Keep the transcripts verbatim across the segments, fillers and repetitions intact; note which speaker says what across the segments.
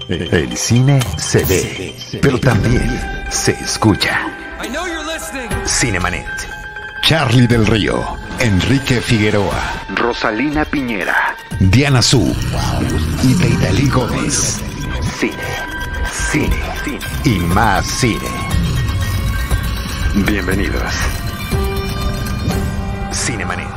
Speaker 1: El cine se ve, pero también se escucha. Cinemanet. Charlie del Río, Enrique Figueroa, Rosalina Piñera, Diana Su y Deidali Gómez. Cine, cine, cine y más cine. Bienvenidos. Cinemanet.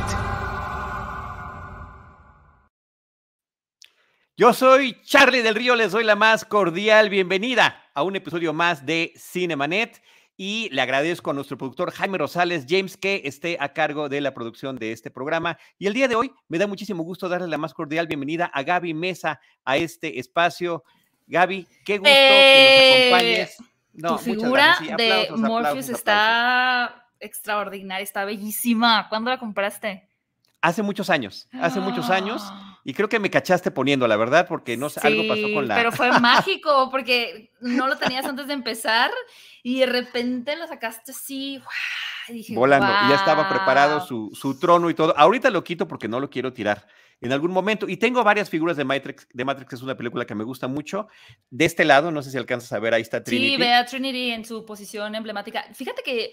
Speaker 2: Yo soy Charlie del Río, les doy la más cordial bienvenida a un episodio más de Cinemanet y le agradezco a nuestro productor Jaime Rosales, James, que esté a cargo de la producción de este programa. Y el día de hoy me da muchísimo gusto darle la más cordial bienvenida a Gaby Mesa a este espacio. Gaby, qué gusto
Speaker 3: eh,
Speaker 2: que nos acompañes.
Speaker 3: No, tu figura sí, de aplausos, Morpheus aplausos, está aplausos. extraordinaria, está bellísima. ¿Cuándo la compraste?
Speaker 2: Hace muchos años, hace muchos años, y creo que me cachaste poniendo, la verdad, porque no sé, sí, algo pasó con la...
Speaker 3: pero fue mágico, porque no lo tenías antes de empezar, y de repente lo sacaste así, ¡wow! Y dije,
Speaker 2: volando,
Speaker 3: wow.
Speaker 2: Y ya estaba preparado su, su trono y todo. Ahorita lo quito porque no lo quiero tirar en algún momento, y tengo varias figuras de Matrix, de Matrix, es una película que me gusta mucho. De este lado, no sé si alcanzas a ver, ahí está Trinity.
Speaker 3: Sí, ve a Trinity en su posición emblemática. Fíjate que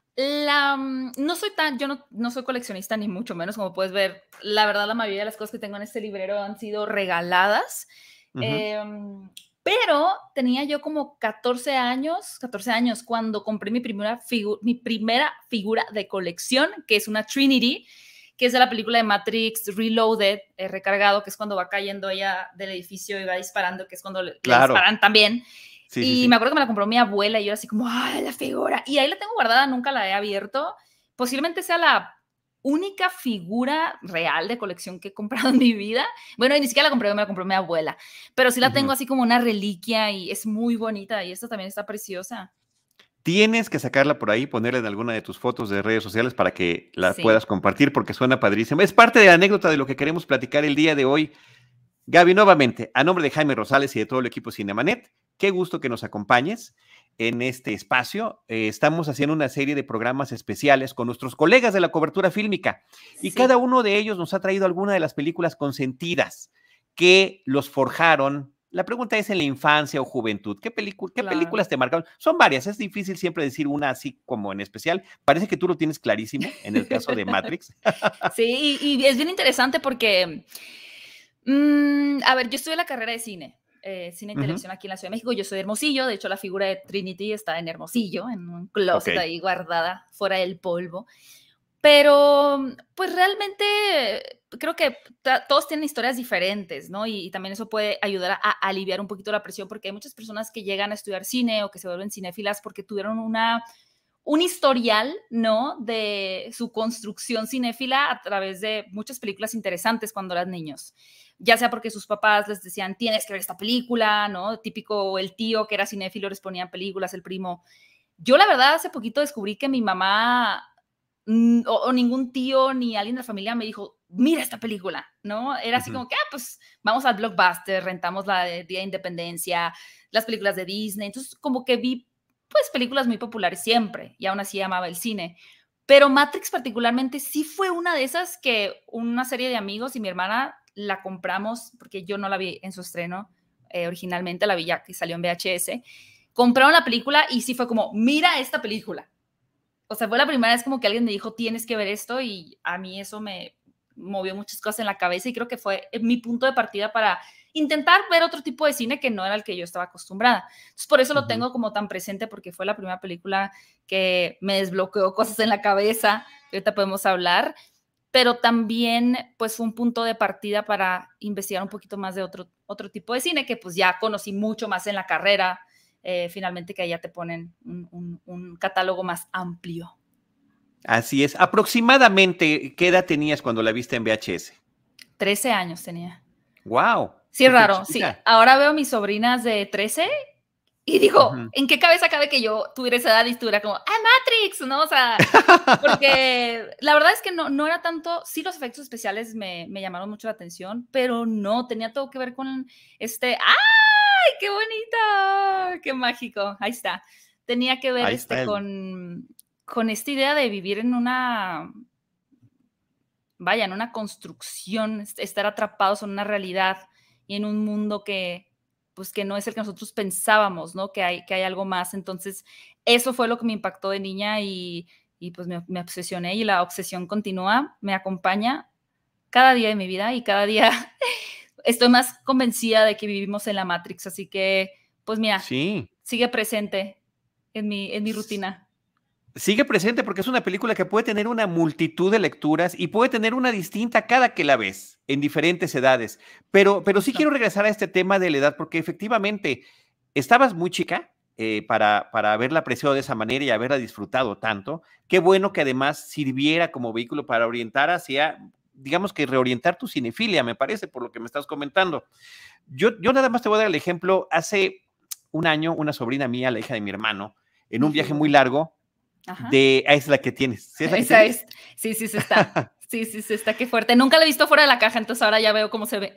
Speaker 3: La, no soy tan, yo no, no soy coleccionista ni mucho menos, como puedes ver, la verdad la mayoría de las cosas que tengo en este librero han sido regaladas, uh-huh. eh, pero tenía yo como catorce años, catorce años cuando compré mi primera, figu mi primera figura de colección, que es una Trinity, que es de la película de Matrix Reloaded, eh, recargado, que es cuando va cayendo ella del edificio y va disparando, que es cuando le,
Speaker 2: claro.
Speaker 3: le disparan también. Sí, y sí, sí. me acuerdo que me la compró mi abuela y yo así como, ¡ay, la figura! Y ahí la tengo guardada, nunca la he abierto. Posiblemente sea la única figura real de colección que he comprado en mi vida. Bueno, y ni siquiera la compré, me la compró mi abuela. Pero sí la tengo uh-huh. así como una reliquia y es muy bonita y esta también está preciosa.
Speaker 2: Tienes que sacarla por ahí, ponerla en alguna de tus fotos de redes sociales para que la sí. puedas compartir porque suena padrísimo. Es parte de la anécdota de lo que queremos platicar el día de hoy. Gaby, nuevamente, a nombre de Jaime Rosales y de todo el equipo Cinemanet, qué gusto que nos acompañes en este espacio. Eh, estamos haciendo una serie de programas especiales con nuestros colegas de la cobertura fílmica y sí. cada uno de ellos nos ha traído alguna de las películas consentidas que los forjaron. La pregunta es en la infancia o juventud. ¿Qué, película, qué claro. películas te marcaron? Son varias, es difícil siempre decir una así como en especial. Parece que tú lo tienes clarísimo en el caso de Matrix.
Speaker 3: Sí, y, y es bien interesante porque... Mm, a ver, yo estudié la carrera de cine, eh, cine y uh-huh. televisión aquí en la Ciudad de México. Yo soy de Hermosillo, de hecho la figura de Trinity está en Hermosillo, en un closet okay. ahí guardada, fuera del polvo. Pero, pues realmente creo que todos tienen historias diferentes, ¿no? Y, y también eso puede ayudar a, a aliviar un poquito la presión, porque hay muchas personas que llegan a estudiar cine o que se vuelven cinéfilas porque tuvieron una... un historial, ¿no? De su construcción cinéfila a través de muchas películas interesantes cuando eran niños. Ya sea porque sus papás les decían, tienes que ver esta película, ¿no? Típico el tío que era cinéfilo les ponían películas, el primo. Yo, la verdad, hace poquito descubrí que mi mamá mm, o, o ningún tío ni alguien de la familia me dijo, mira esta película, ¿no? Era así uh-huh. como que, ah, pues vamos al Blockbuster, rentamos la de Día de Independencia, las películas de Disney. Entonces, como que vi pues películas muy populares siempre, y aún así amaba el cine. Pero Matrix particularmente sí fue una de esas que una serie de amigos y mi hermana la compramos, porque yo no la vi en su estreno eh, originalmente, la vi ya que salió en V H S, compraron la película y sí fue como, mira esta película. O sea, fue la primera vez como que alguien me dijo, tienes que ver esto, y a mí eso me movió muchas cosas en la cabeza y creo que fue mi punto de partida para intentar ver otro tipo de cine que no era el que yo estaba acostumbrada. Entonces, por eso uh-huh. lo tengo como tan presente, porque fue la primera película que me desbloqueó cosas en la cabeza, que ahorita podemos hablar, pero también, pues, fue un punto de partida para investigar un poquito más de otro, otro tipo de cine, que pues ya conocí mucho más en la carrera, eh, finalmente que allá te ponen un, un, un catálogo más amplio.
Speaker 2: Así es. Aproximadamente, ¿qué edad tenías cuando la viste en V H S?
Speaker 3: trece años tenía.
Speaker 2: ¡Wow!
Speaker 3: Sí, es raro, sí. Ahora veo a mis sobrinas de trece y digo, uh-huh. ¿en qué cabeza cabe que yo tuviera esa edad y estuviera como, ¡ah, Matrix! ¿No? O sea, porque la verdad es que no, no era tanto, sí los efectos especiales me, me llamaron mucho la atención, pero no, tenía todo que ver con este, ¡ay, qué bonita! ¡Qué mágico! Ahí está. Tenía que ver este el... con, con esta idea de vivir en una... vaya, en una construcción, estar atrapados en una realidad y en un mundo que pues que no es el que nosotros pensábamos, ¿no? Que hay, que hay algo más. Entonces, eso fue lo que me impactó de niña y, y pues me, me obsesioné y la obsesión continúa, me acompaña cada día de mi vida y cada día estoy más convencida de que vivimos en la Matrix. Así que, pues mira,
Speaker 2: sí.
Speaker 3: sigue presente en mi, en mi rutina.
Speaker 2: Sigue presente porque es una película que puede tener una multitud de lecturas y puede tener una distinta cada que la ves, en diferentes edades. Pero, pero sí quiero regresar a este tema de la edad porque efectivamente estabas muy chica eh, para, para haberla apreciado de esa manera y haberla disfrutado tanto. Qué bueno que además sirviera como vehículo para orientar hacia, digamos que reorientar tu cinefilia, me parece, por lo que me estás comentando. Yo, yo nada más te voy a dar el ejemplo. Hace un año, una sobrina mía, la hija de mi hermano, en un viaje muy largo, Ajá. de, ah, es la que tienes. ¿Sí es la que
Speaker 3: Esa
Speaker 2: tienes?
Speaker 3: es, sí, sí, se está. Sí, sí, sí, está, qué fuerte. Nunca la he visto fuera de la caja, entonces ahora ya veo cómo se ve.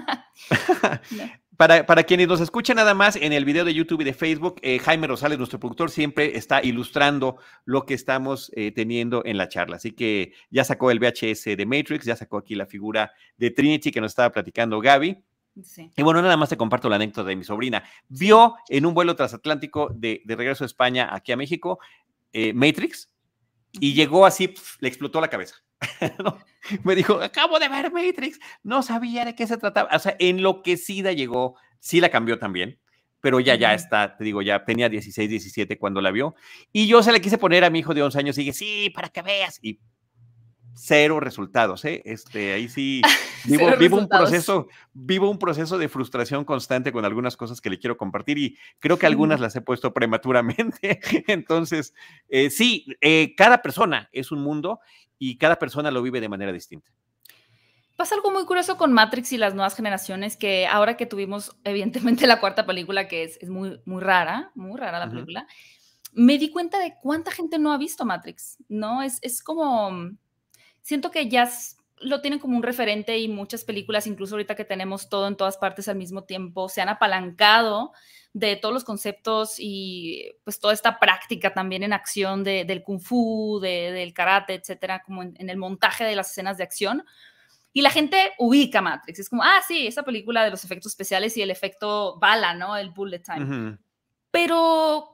Speaker 2: no. para, para quienes nos escuchan nada más en el video de YouTube y de Facebook, eh, Jaime Rosales, nuestro productor, siempre está ilustrando lo que estamos eh, teniendo en la charla. Así que ya sacó el V H S de Matrix, ya sacó aquí la figura de Trinity que nos estaba platicando Gaby. Sí. Y bueno, nada más te comparto la anécdota de mi sobrina. Vio en un vuelo transatlántico de, de regreso a España aquí a México eh, Matrix y llegó así, pf, le explotó la cabeza. ¿No? Me dijo, acabo de ver Matrix, no sabía de qué se trataba. O sea, enloquecida llegó, sí la cambió también, pero ya, ya está, te digo, ya tenía dieciséis, diecisiete cuando la vio. Y yo se la quise poner a mi hijo de once años y dije, sí, para que veas. Y cero resultados, ¿eh? Este, ahí sí vivo, vivo un proceso, vivo un proceso de frustración constante con algunas cosas que le quiero compartir y creo que algunas las he puesto prematuramente. Entonces, eh, sí, eh, cada persona es un mundo y cada persona lo vive de manera distinta.
Speaker 3: Pasa algo muy curioso con Matrix y las nuevas generaciones, que ahora que tuvimos evidentemente la cuarta película, que es, es muy, muy rara, muy rara la uh-huh. película, me di cuenta de cuánta gente no ha visto Matrix, ¿no? Es, es como... Siento que ya lo tienen como un referente y muchas películas, incluso ahorita que tenemos todo en todas partes al mismo tiempo, se han apalancado de todos los conceptos y pues toda esta práctica también en acción de, del kung fu, de, del karate, etcétera, como en, en el montaje de las escenas de acción. Y la gente ubica Matrix. Es como, ah, sí, esa película de los efectos especiales y el efecto bala, ¿no? El bullet time. Uh-huh. Pero...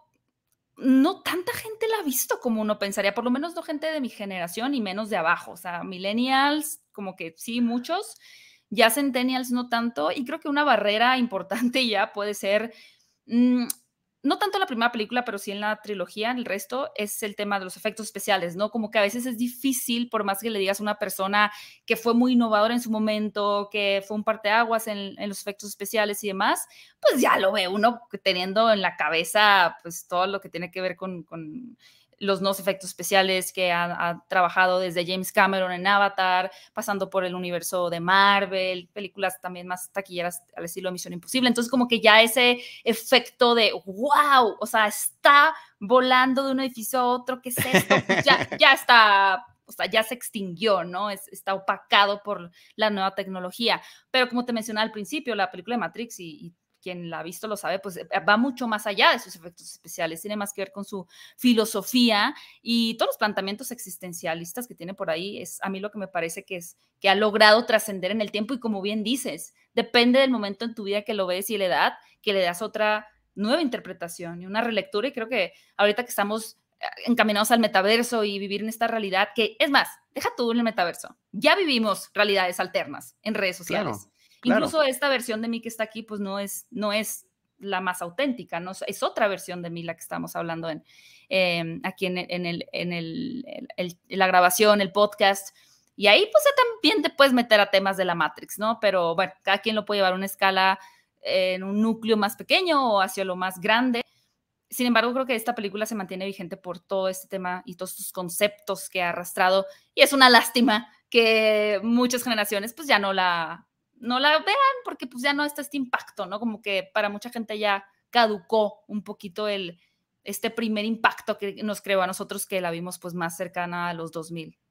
Speaker 3: no tanta gente la ha visto como uno pensaría, por lo menos no gente de mi generación y menos de abajo, o sea, millennials, como que sí, muchos, ya centennials no tanto, y creo que una barrera importante ya puede ser, mmm, no tanto la primera película, pero sí en la trilogía, el resto, es el tema de los efectos especiales, ¿no? Como que a veces es difícil, por más que le digas a una persona que fue muy innovadora en su momento, que fue un parteaguas en, en los efectos especiales y demás, pues ya lo ve uno teniendo en la cabeza pues todo lo que tiene que ver con, con los nuevos efectos especiales que ha, ha trabajado desde James Cameron en Avatar, pasando por el universo de Marvel, películas también más taquilleras al estilo Misión Imposible. Entonces como que ya ese efecto de wow, o sea, está volando de un edificio a otro, ¿qué es esto? Pues ya, ya está... o sea, ya se extinguió, ¿no? Es, está opacado por la nueva tecnología. Pero como te mencionaba al principio, la película de Matrix, y, y quien la ha visto lo sabe, pues va mucho más allá de sus efectos especiales. Tiene más que ver con su filosofía y todos los planteamientos existencialistas que tiene por ahí. Es a mí lo que me parece que, es, que ha logrado trascender en el tiempo y como bien dices, depende del momento en tu vida que lo ves y la edad, que le das otra nueva interpretación y una relectura. Y creo que ahorita que estamos encaminados al metaverso y vivir en esta realidad que, es más, deja tú en el metaverso, ya vivimos realidades alternas en redes sociales. Claro, claro. Incluso esta versión de mí que está aquí, pues no es, no es la más auténtica, no es otra versión de mí la que estamos hablando en, eh, aquí en, en, el, en, el, el, el, la grabación, el podcast. Y ahí pues también te puedes meter a temas de la Matrix, ¿no? Pero bueno, cada quien lo puede llevar a una escala eh, en un núcleo más pequeño o hacia lo más grande. Sin embargo, creo que esta película se mantiene vigente por todo este tema y todos estos conceptos que ha arrastrado. Y es una lástima que muchas generaciones pues ya no la, no la vean porque pues ya no está este impacto, ¿no? Como que para mucha gente ya caducó un poquito el, este primer impacto que nos creó a nosotros que la vimos pues más cercana a los dos mil.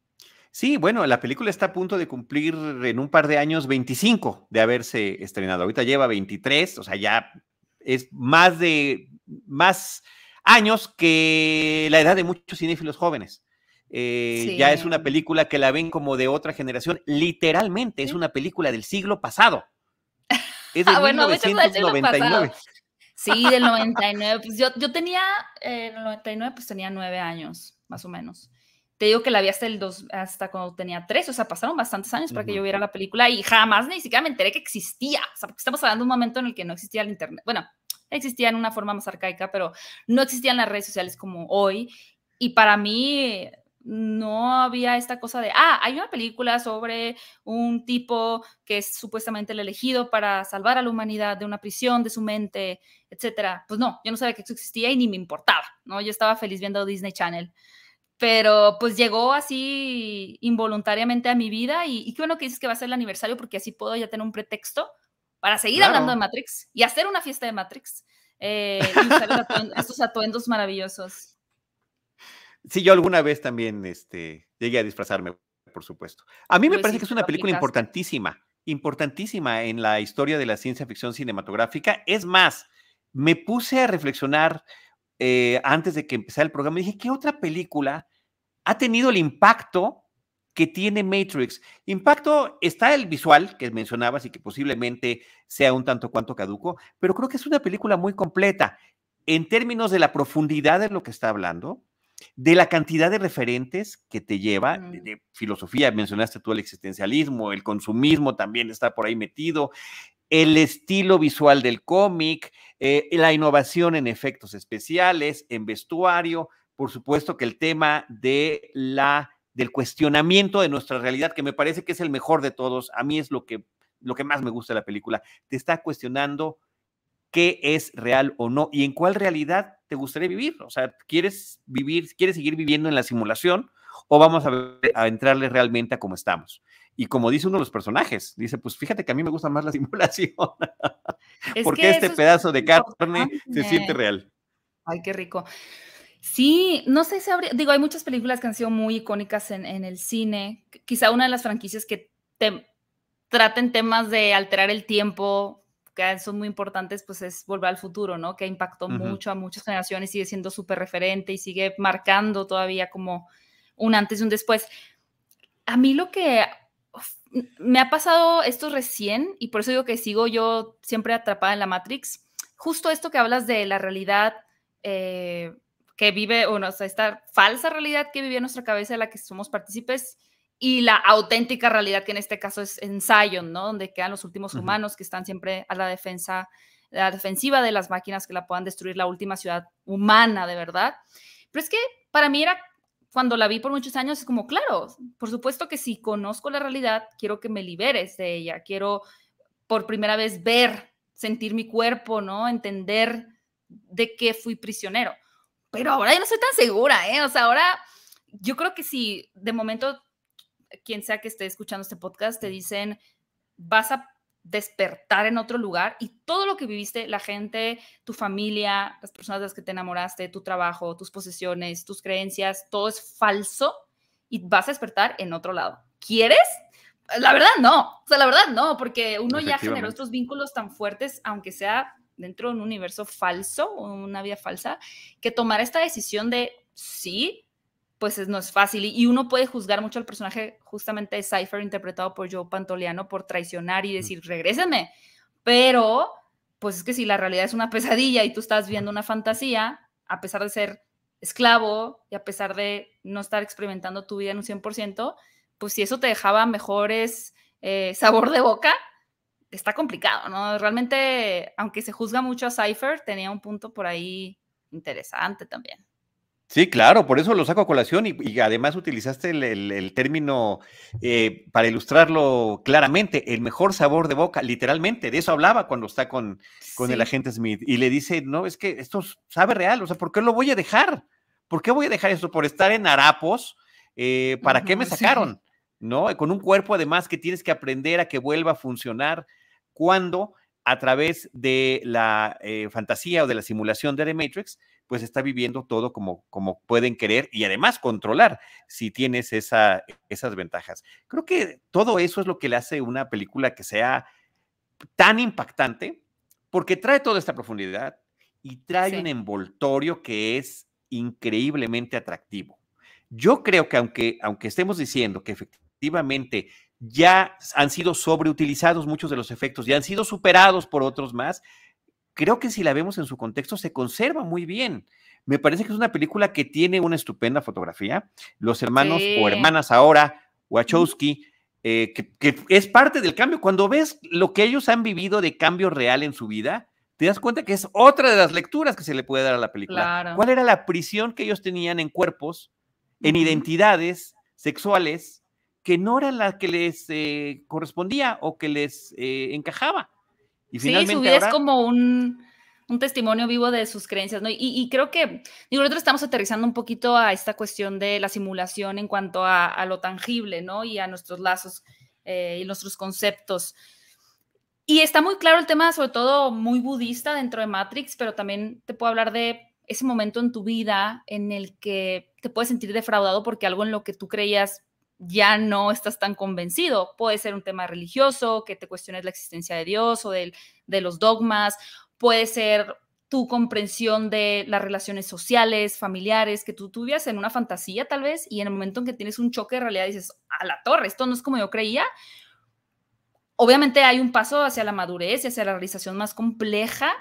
Speaker 2: Sí, bueno, la película está a punto de cumplir en un par de años veinticinco de haberse estrenado. Ahorita lleva veintitrés, o sea, ya es más de más años que la edad de muchos cinéfilos jóvenes. Eh, sí. Ya es una película que la ven como de otra generación. Literalmente sí. Es una película del siglo pasado. Es de
Speaker 3: ah, bueno,
Speaker 2: mil novecientos noventa y nueve.
Speaker 3: Sí, del noventa y nueve. Pues yo, yo tenía, eh, en el noventa y nueve, pues tenía nueve años, más o menos. Te digo que la vi hasta, el dos, hasta cuando tenía tres, o sea, pasaron bastantes años para uh-huh. que yo viera la película y jamás ni siquiera me enteré que existía. O sea, porque estamos hablando de un momento en el que no existía el internet. Bueno, existía en una forma más arcaica, pero no existían las redes sociales como hoy. Y para mí no había esta cosa de, ah, hay una película sobre un tipo que es supuestamente el elegido para salvar a la humanidad de una prisión de su mente, etcétera. Pues no, yo no sabía que eso existía y ni me importaba, ¿no? Yo estaba feliz viendo Disney Channel. Pero pues llegó así involuntariamente a mi vida y, y qué bueno que dices que va a ser el aniversario porque así puedo ya tener un pretexto para seguir claro. hablando de Matrix y hacer una fiesta de Matrix eh, y usar atuendo, estos atuendos maravillosos.
Speaker 2: Sí, yo alguna vez también este, llegué a disfrazarme, por supuesto. A mí me Luis, parece que es una película importantísima, importantísima en la historia de la ciencia ficción cinematográfica. Es más, me puse a reflexionar eh, antes de que empezara el programa. Dije, ¿qué otra película ha tenido el impacto que tiene Matrix? Impacto, está el visual que mencionabas y que posiblemente sea un tanto cuanto caduco, pero creo que es una película muy completa en términos de la profundidad de lo que está hablando, de la cantidad de referentes que te lleva, mm. de, de filosofía, mencionaste tú el existencialismo, el consumismo también está por ahí metido, el estilo visual del cómic, eh, la innovación en efectos especiales, en vestuario, por supuesto que el tema de la, del cuestionamiento de nuestra realidad, que me parece que es el mejor de todos, a mí es lo que, lo que más me gusta de la película, te está cuestionando qué es real o no y en cuál realidad te gustaría vivir. O sea, ¿quieres vivir, quieres seguir viviendo en la simulación o vamos a, ver, a entrarle realmente a cómo estamos? Y como dice uno de los personajes, dice, pues fíjate que a mí me gusta más la simulación, es porque este pedazo de carne se siente real.
Speaker 3: Ay, qué rico. Sí, no sé si habría, digo, hay muchas películas que han sido muy icónicas en, en el cine. Quizá una de las franquicias que te, traten temas de alterar el tiempo, que son muy importantes, pues es Volver al Futuro, ¿no? Que impactó uh-huh. mucho a muchas generaciones, sigue siendo súper referente y sigue marcando todavía como un antes y un después. A mí lo que uf, me ha pasado esto recién, y por eso digo que sigo yo siempre atrapada en la Matrix, justo esto que hablas de la realidad eh, que vive, o no, sea, esta falsa realidad que vive en nuestra cabeza de la que somos partícipes, y la auténtica realidad que en este caso es en Zion, ¿no? Donde quedan los últimos uh-huh. humanos que están siempre a la defensa, a la defensiva de las máquinas que la puedan destruir, la última ciudad humana, de verdad. Pero es que para mí era, cuando la vi por muchos años, es como, claro, por supuesto que si conozco la realidad, quiero que me liberes de ella, quiero por primera vez ver, sentir mi cuerpo, ¿no? Entender de qué fui prisionero. Pero ahora ya no estoy tan segura, ¿eh? O sea, ahora yo creo que si de momento quien sea que esté escuchando este podcast, te dicen, vas a despertar en otro lugar y todo lo que viviste, la gente, tu familia, las personas de las que te enamoraste, tu trabajo, tus posesiones, tus creencias, todo es falso y vas a despertar en otro lado. ¿Quieres? La verdad no, o sea, la verdad no, porque uno ya generó estos vínculos tan fuertes, aunque sea dentro de un universo falso o una vida falsa, que tomar esta decisión de sí, pues es, no es fácil. Y uno puede juzgar mucho al personaje justamente de Cypher, interpretado por Joe Pantoliano, por traicionar y decir, regrésenme. Pero, pues es que si la realidad es una pesadilla y tú estás viendo una fantasía, a pesar de ser esclavo y a pesar de no estar experimentando tu vida en un cien por ciento, pues si eso te dejaba mejores eh, sabor de boca, está complicado, ¿no? Realmente, aunque se juzga mucho a Cypher, tenía un punto por ahí interesante también.
Speaker 2: Sí, claro, por eso lo saco a colación y, y además utilizaste el, el, el término eh, para ilustrarlo claramente, el mejor sabor de boca, literalmente, de eso hablaba cuando está con, con sí. el agente Smith y le dice, no, es que esto sabe real, o sea, ¿por qué lo voy a dejar? ¿Por qué voy a dejar esto? ¿Por estar en harapos? Eh, ¿Para uh-huh, qué me sacaron? Sí. ¿No? Con un cuerpo además que tienes que aprender a que vuelva a funcionar cuando a través de la eh, fantasía o de la simulación de The Matrix, pues está viviendo todo como, como pueden querer y además controlar si tienes esa, esas ventajas. Creo que todo eso es lo que le hace una película que sea tan impactante, porque trae toda esta profundidad y trae sí. un envoltorio que es increíblemente atractivo. Yo creo que aunque, aunque estemos diciendo que efectivamente ya han sido sobreutilizados muchos de los efectos, ya han sido superados por otros más. Creo que si la vemos en su contexto se conserva muy bien. Me parece que es una película que tiene una estupenda fotografía. Los hermanos sí. o hermanas ahora, Wachowski, eh, que, que es parte del cambio. Cuando ves lo que ellos han vivido de cambio real en su vida, te das cuenta que es otra de las lecturas que se le puede dar a la película.
Speaker 3: Claro.
Speaker 2: ¿Cuál era la prisión que ellos tenían en cuerpos, en uh-huh. identidades sexuales, que no era la que les eh, correspondía o que les eh, encajaba? Y
Speaker 3: sí,
Speaker 2: finalmente
Speaker 3: su vida
Speaker 2: ahora,
Speaker 3: es como un, un testimonio vivo de sus creencias, ¿no? Y, y creo que, digo, nosotros estamos aterrizando un poquito a esta cuestión de la simulación en cuanto a, a lo tangible, ¿no? Y a nuestros lazos eh, y nuestros conceptos. Y está muy claro el tema, sobre todo muy budista dentro de Matrix, pero también te puedo hablar de ese momento en tu vida en el que te puedes sentir defraudado porque algo en lo que tú creías ya no estás tan convencido. Puede ser un tema religioso, que te cuestiones la existencia de Dios o de, de los dogmas. Puede ser tu comprensión de las relaciones sociales, familiares, que tú tuvieras en una fantasía tal vez, y en el momento en que tienes un choque de realidad dices, a la torre, esto no es como yo creía. Obviamente hay un paso hacia la madurez y hacia la realización más compleja,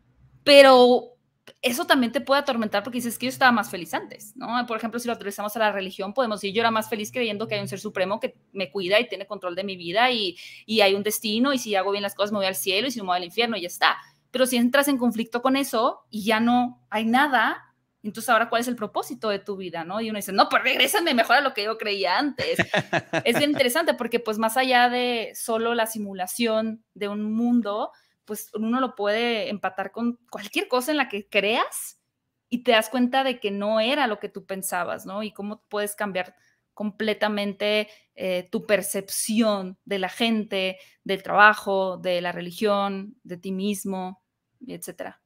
Speaker 3: pero eso también te puede atormentar porque dices que yo estaba más feliz antes, ¿no? Por ejemplo, si lo aterrizamos a la religión, podemos decir, yo era más feliz creyendo que hay un ser supremo que me cuida y tiene control de mi vida y, y hay un destino, y si hago bien las cosas me voy al cielo y si no me voy al infierno y ya está. Pero si entras en conflicto con eso y ya no hay nada, entonces ahora ¿cuál es el propósito de tu vida, no? Y uno dice, no, pues regrésame mejor a lo que yo creía antes. Es bien interesante porque pues más allá de solo la simulación de un mundo, pues uno lo puede empatar con cualquier cosa en la que creas y te das cuenta de que no era lo que tú pensabas, ¿no? Y cómo puedes cambiar completamente eh, tu percepción de la gente, del trabajo, de la religión, de ti mismo, etcétera.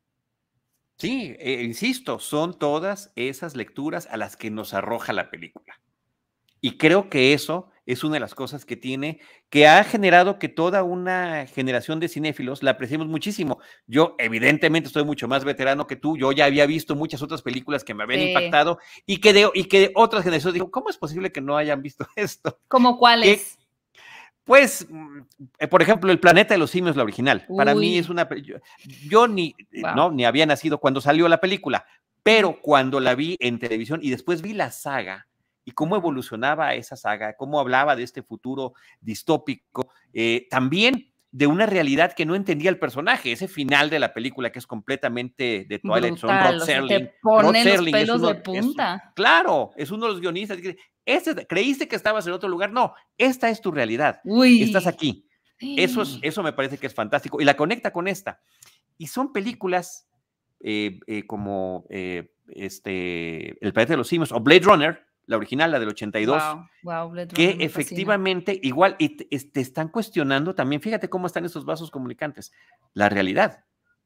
Speaker 2: Sí, eh, insisto, son todas esas lecturas a las que nos arroja la película. Y creo que eso es una de las cosas que tiene, que ha generado que toda una generación de cinéfilos la apreciemos muchísimo. Yo evidentemente estoy mucho más veterano que tú, yo ya había visto muchas otras películas que me habían sí. impactado y que, de, y que otras generaciones digo, ¿cómo es posible que no hayan visto esto?
Speaker 3: ¿Cómo cuáles?
Speaker 2: Pues, por ejemplo, El planeta de los simios, la original. Uy. Para mí es una... Yo, yo ni, wow. no, ni había nacido cuando salió la película, pero cuando la vi en televisión y después vi la saga, y cómo evolucionaba esa saga, cómo hablaba de este futuro distópico, eh, también de una realidad que no entendía el personaje, ese final de la película que es completamente de Twilight Zone, Rod Serling.
Speaker 3: Te pone
Speaker 2: Rod
Speaker 3: los
Speaker 2: Serling
Speaker 3: pelos
Speaker 2: es uno,
Speaker 3: de punta.
Speaker 2: Es, claro, es uno de los guionistas. Este, ¿creíste que estabas en otro lugar? No, esta es tu realidad.
Speaker 3: Uy.
Speaker 2: Estás aquí. Eso, es, eso me parece que es fantástico. Y la conecta con esta. Y son películas eh, eh, como eh, este, El planeta de los simios o Blade Runner, la original, la del ochenta y dos,
Speaker 3: wow, wow, Blade
Speaker 2: que
Speaker 3: Runner
Speaker 2: efectivamente fascina. Igual y te, te están cuestionando también, fíjate cómo están esos vasos comunicantes, la realidad.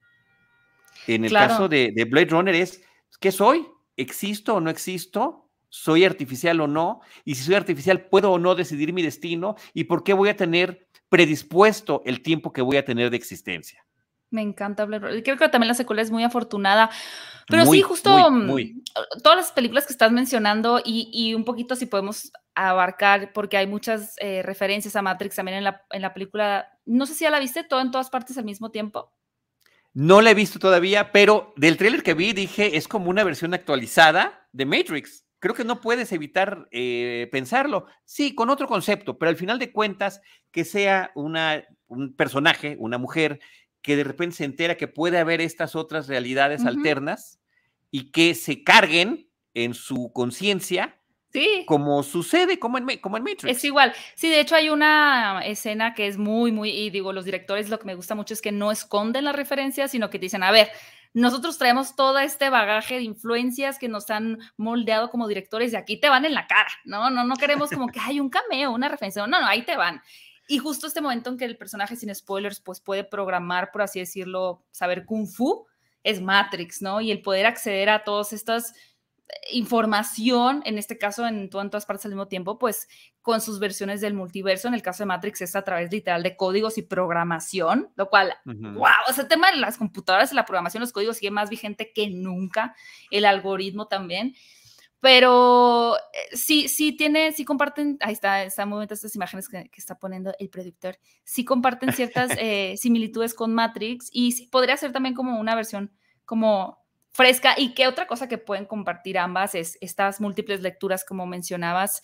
Speaker 2: En el claro. caso de, de Blade Runner es, ¿qué soy? ¿Existo o no existo? ¿Soy artificial o no? Y si soy artificial, ¿puedo o no decidir mi destino? ¿Y por qué voy a tener predispuesto el tiempo que voy a tener de existencia?
Speaker 3: Me encanta Blade Runner. Creo que también la secuela es muy afortunada. Pero
Speaker 2: muy,
Speaker 3: sí, justo
Speaker 2: muy, muy.
Speaker 3: todas las películas que estás mencionando y, y un poquito si podemos abarcar, porque hay muchas eh, referencias a Matrix también en la, en la película. No sé si ya la viste, todo en todas partes al mismo tiempo.
Speaker 2: No la he visto todavía, pero del tráiler que vi dije, es como una versión actualizada de Matrix. Creo que no puedes evitar eh, pensarlo. Sí, con otro concepto, pero al final de cuentas, que sea una, un personaje, una mujer, que de repente se entera que puede haber estas otras realidades uh-huh. alternas y que se carguen en su conciencia,
Speaker 3: sí.
Speaker 2: como sucede como en, como en Matrix.
Speaker 3: Es igual. Sí, de hecho hay una escena que es muy, muy, y digo, los directores lo que me gusta mucho es que no esconden las referencias, sino que te dicen, a ver, nosotros traemos todo este bagaje de influencias que nos han moldeado como directores y aquí te van en la cara, ¿no? No, no queremos como que hay un cameo, una referencia, no, no, ahí te van. Y justo este momento en que el personaje, sin spoilers, pues puede programar, por así decirlo, saber Kung Fu, es Matrix, ¿no? Y el poder acceder a todas estas información, en este caso en, todo, en todas partes al mismo tiempo, pues con sus versiones del multiverso, en el caso de Matrix es a través literal de códigos y programación, lo cual, uh-huh. wow, o sea, el tema de las computadoras, la programación, los códigos sigue más vigente que nunca, el algoritmo también. pero sí, sí tiene, sí comparten, ahí está, están muy bonitas estas imágenes que, que está poniendo el productor, sí comparten ciertas eh, similitudes con Matrix y sí, podría ser también como una versión como fresca. Y qué otra cosa que pueden compartir ambas es estas múltiples lecturas como mencionabas.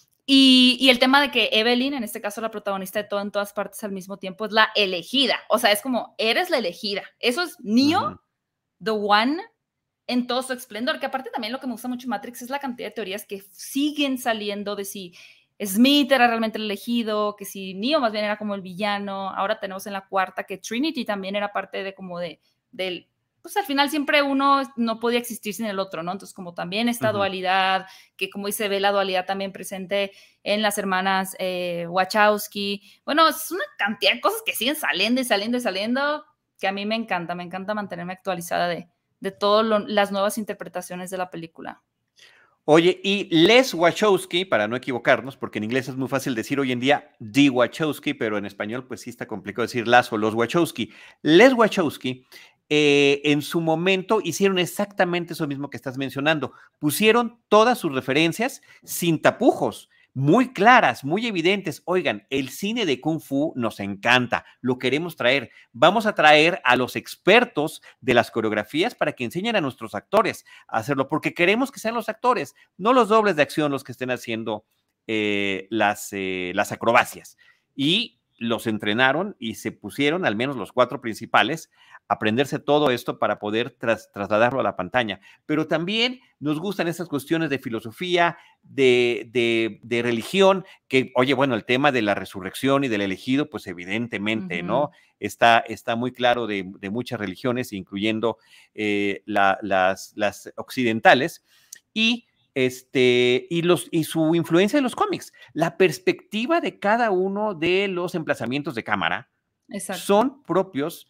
Speaker 3: Y, y el tema de que Evelyn, en este caso la protagonista de Todo en Todas Partes al mismo tiempo, es la elegida. O sea, es como, eres la elegida. Eso es Neo, uh-huh. The One, en todo su esplendor, que aparte también lo que me gusta mucho de Matrix es la cantidad de teorías que siguen saliendo de si Smith era realmente el elegido, que si Neo más bien era como el villano. Ahora tenemos en la cuarta que Trinity también era parte de como de, del, pues al final siempre uno no podía existir sin el otro, ¿no? Entonces como también esta uh-huh. dualidad, que como dice, ve la dualidad también presente en las hermanas eh, Wachowski. Bueno, es una cantidad de cosas que siguen saliendo y saliendo y saliendo, que a mí me encanta, me encanta mantenerme actualizada de de todas las nuevas interpretaciones de la película.
Speaker 2: Oye, y Les Wachowski, para no equivocarnos, porque en inglés es muy fácil decir hoy en día The Wachowski, pero en español pues sí está complicado decir las o los Wachowski. Les Wachowski eh, en su momento hicieron exactamente eso mismo que estás mencionando. Pusieron todas sus referencias sin tapujos, muy claras, muy evidentes. Oigan, el cine de Kung Fu nos encanta, lo queremos traer. Vamos a traer a los expertos de las coreografías para que enseñen a nuestros actores a hacerlo, porque queremos que sean los actores, no los dobles de acción los que estén haciendo eh, las, eh, las acrobacias. Y los entrenaron y se pusieron, al menos los cuatro principales, a aprenderse todo esto para poder tras, trasladarlo a la pantalla. Pero también nos gustan estas cuestiones de filosofía, de, de, de religión, que, oye, bueno, el tema de la resurrección y del elegido, pues evidentemente, uh-huh. ¿no? Está, está muy claro de, de muchas religiones, incluyendo eh, la, las, las occidentales, y Este, y, los, y su influencia en los cómics. La perspectiva de cada uno de los emplazamientos de cámara Exacto. son propios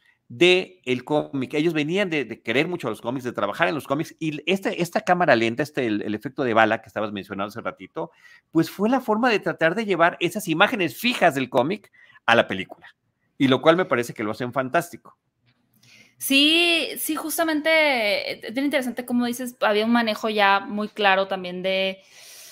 Speaker 2: del cómic. Ellos venían de, de querer mucho los cómics, de trabajar en los cómics, y esta, esta cámara lenta, este, el, el efecto de bala que estabas mencionando hace ratito, pues fue la forma de tratar de llevar esas imágenes fijas del cómic a la película, y lo cual me parece que lo hacen fantástico.
Speaker 3: Sí, sí, justamente es bien interesante, como dices, había un manejo ya muy claro también de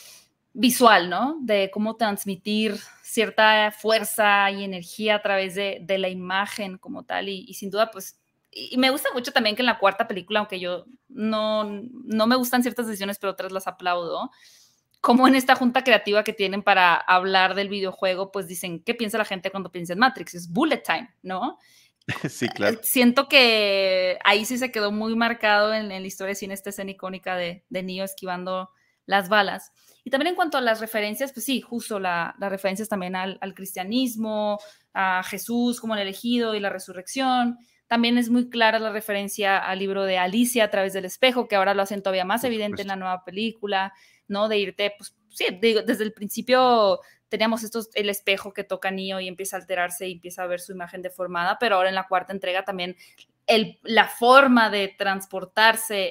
Speaker 3: visual, ¿no? De cómo transmitir cierta fuerza y energía a través de, de la imagen como tal, y, y sin duda, pues, y, y me gusta mucho también que en la cuarta película, aunque yo no, no me gustan ciertas decisiones, pero otras las aplaudo, como en esta junta creativa que tienen para hablar del videojuego, pues dicen, ¿qué piensa la gente cuando piensa en Matrix? Es bullet time, ¿no?
Speaker 2: Sí, claro.
Speaker 3: Siento que ahí sí se quedó muy marcado en, en la historia de cine esta escena icónica de, de Neo esquivando las balas. Y también en cuanto a las referencias, pues sí, justo la, las referencias también al, al cristianismo, a Jesús como el elegido y la resurrección. También es muy clara la referencia al libro de Alicia a través del espejo, que ahora lo hacen todavía más Por evidente supuesto. En la nueva película, ¿no? De irte, pues sí, digo, desde el principio teníamos estos, el espejo que toca Neo y empieza a alterarse y empieza a ver su imagen deformada, pero ahora en la cuarta entrega también el, la forma de transportarse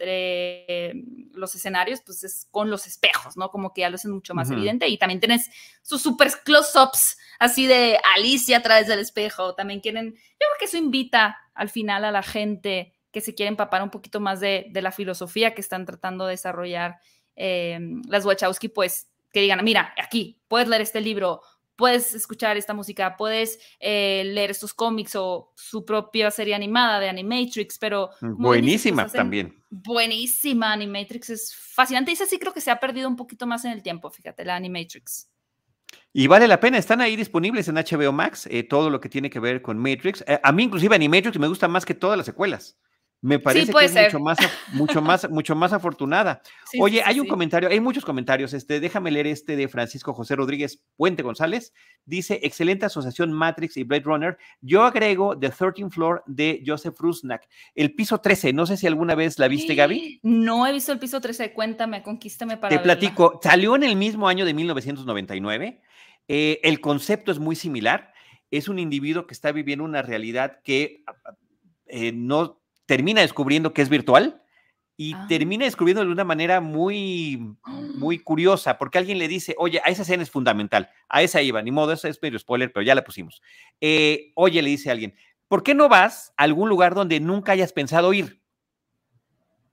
Speaker 3: entre los escenarios, pues es con los espejos, ¿no? Como que ya lo hacen mucho más uh-huh. evidente, y también tienes sus super close-ups así de Alicia a través del espejo. También quieren, yo creo que eso invita al final a la gente que se quiere empapar un poquito más de, de la filosofía que están tratando de desarrollar eh, las Wachowski, pues que digan, mira, aquí puedes leer este libro, puedes escuchar esta música, puedes eh, leer estos cómics o su propia serie animada de Animatrix, pero...
Speaker 2: Buenísima dices, pues, también.
Speaker 3: Buenísima, Animatrix es fascinante, y esa sí creo que se ha perdido un poquito más en el tiempo, fíjate, la Animatrix.
Speaker 2: Y vale la pena, están ahí disponibles en H B O Max, eh, todo lo que tiene que ver con Matrix. Eh, a mí inclusive Animatrix me gusta más que todas las secuelas. Me parece sí, que es ser. mucho más, mucho más, mucho más afortunada. Sí, Oye, sí, sí, hay un sí. comentario, hay muchos comentarios. Este, déjame leer este de Francisco José Rodríguez Puente González. Dice, excelente asociación Matrix y Blade Runner. Yo agrego The thirteenth Floor de Joseph Rusnak. El piso trece, no sé si alguna vez la viste, Gaby.
Speaker 3: No he visto el piso trece, cuéntame, conquístame para
Speaker 2: Te
Speaker 3: verla.
Speaker 2: platico, salió en el mismo año de mil novecientos noventa y nueve. Eh, el concepto es muy similar. Es un individuo que está viviendo una realidad que eh, no termina descubriendo que es virtual y ah. termina descubriendo de una manera muy, muy curiosa, porque alguien le dice, oye, a esa escena es fundamental, a esa iba, ni modo, eso es medio spoiler, pero ya la pusimos. Eh, oye, le dice a alguien, ¿por qué no vas a algún lugar donde nunca hayas pensado ir?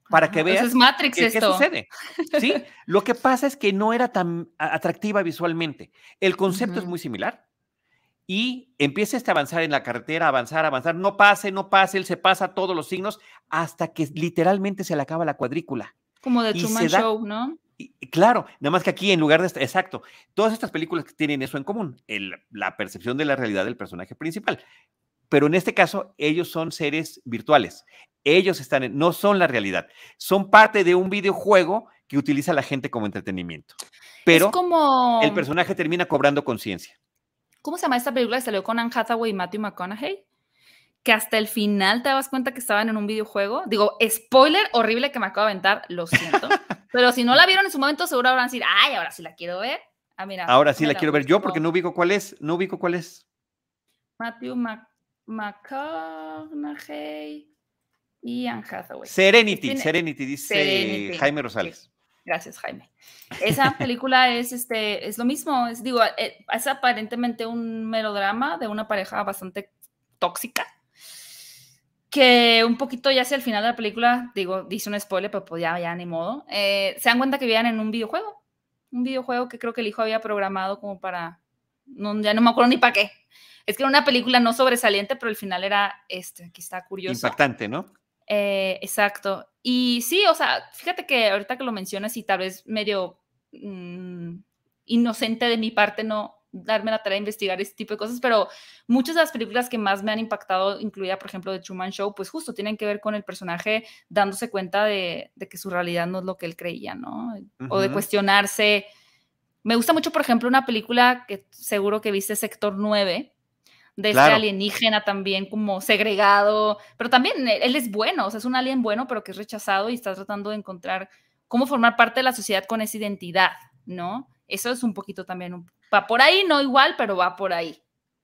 Speaker 2: para que veas
Speaker 3: es Matrix
Speaker 2: qué,
Speaker 3: esto.
Speaker 2: qué sucede. ¿Sí? Lo que pasa es que no era tan atractiva visualmente. El concepto uh-huh. es muy similar. Y empieza este a avanzar en la carretera, avanzar, avanzar, no pase, no pase, él se pasa todos los signos hasta que literalmente se le acaba la cuadrícula.
Speaker 3: Como de Truman Show, ¿no?
Speaker 2: Y, claro, nada más que aquí en lugar de, exacto, todas estas películas tienen eso en común, el, la percepción de la realidad del personaje principal. Pero en este caso, ellos son seres virtuales. Ellos están en, no son la realidad. Son parte de un videojuego que utiliza a la gente como entretenimiento. Pero
Speaker 3: es como...
Speaker 2: el personaje termina cobrando conciencia.
Speaker 3: ¿Cómo se llama esta película que salió con Anne Hathaway y Matthew McConaughey? Que hasta el final te das cuenta que estaban en un videojuego. Digo, spoiler horrible que me acabo de aventar, lo siento. Pero si no la vieron en su momento, seguro van a decir, ay, ahora sí la quiero ver. Ah, mira.
Speaker 2: Ahora sí la, la quiero ver yo porque no ubico cuál es. No ubico cuál es.
Speaker 3: Matthew Mac McConaughey y Anne Hathaway.
Speaker 2: Serenity, Tiene... Serenity, dice Serenity. Jaime Rosales.
Speaker 3: Sí. Gracias, Jaime. Esa película es, este, es lo mismo. Es, digo, es aparentemente un melodrama de una pareja bastante tóxica. Que un poquito ya hacia el final de la película, digo, dice un spoiler, pero pues ya, ya ni modo. Eh, se dan cuenta que vivían en un videojuego. Un videojuego que creo que el hijo había programado como para... No, ya no me acuerdo ni para qué. Es que era una película no sobresaliente, pero el final era este, aquí está curioso.
Speaker 2: Impactante, ¿no?
Speaker 3: Eh, exacto. Y sí, o sea, fíjate que ahorita que lo mencionas y tal vez medio mmm, inocente de mi parte no darme la tarea de investigar este tipo de cosas, pero muchas de las películas que más me han impactado, incluida por ejemplo The Truman Show, pues justo tienen que ver con el personaje dándose cuenta de, de que su realidad no es lo que él creía, ¿no? Uh-huh. O de cuestionarse. Me gusta mucho, por ejemplo, una película que seguro que viste, Sector nueve, de
Speaker 2: claro.
Speaker 3: este alienígena también como segregado, pero también él es bueno, o sea, es un alien bueno, pero que es rechazado y está tratando de encontrar cómo formar parte de la sociedad con esa identidad, ¿no? Eso es un poquito también, va por ahí, no igual, pero va por ahí.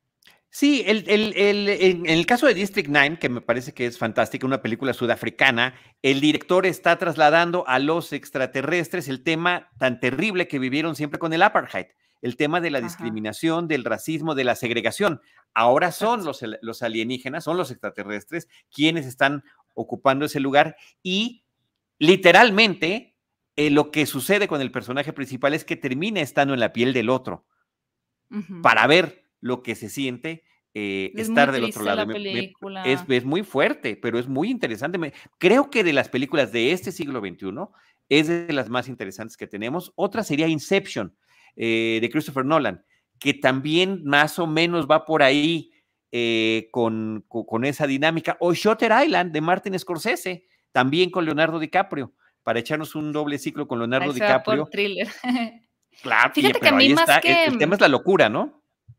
Speaker 2: Sí, el, el, el, en el caso de District nueve, que me parece que es fantástica, una película sudafricana, el director está trasladando a los extraterrestres el tema tan terrible que vivieron siempre con el apartheid, el tema de la Ajá. discriminación, del racismo, de la segregación. Ahora son los, los alienígenas, son los extraterrestres quienes están ocupando ese lugar y literalmente eh, lo que sucede con el personaje principal es que termina estando en la piel del otro uh-huh. para ver lo que se siente eh, estar del otro lado. Me, me, es, es muy fuerte, pero es muy interesante. Me, creo que de las películas de este siglo veintiuno es de las más interesantes que tenemos. Otra sería Inception, eh, de Christopher Nolan, que también más o menos va por ahí eh, con, con, con esa dinámica. O Shutter Island, de Martin Scorsese, también con Leonardo DiCaprio, para echarnos un doble ciclo con Leonardo
Speaker 3: Ahí
Speaker 2: DiCaprio.
Speaker 3: Por thriller.
Speaker 2: Claro,
Speaker 3: fíjate
Speaker 2: y,
Speaker 3: que a mí más
Speaker 2: está,
Speaker 3: que...
Speaker 2: El, el tema es la locura, ¿no?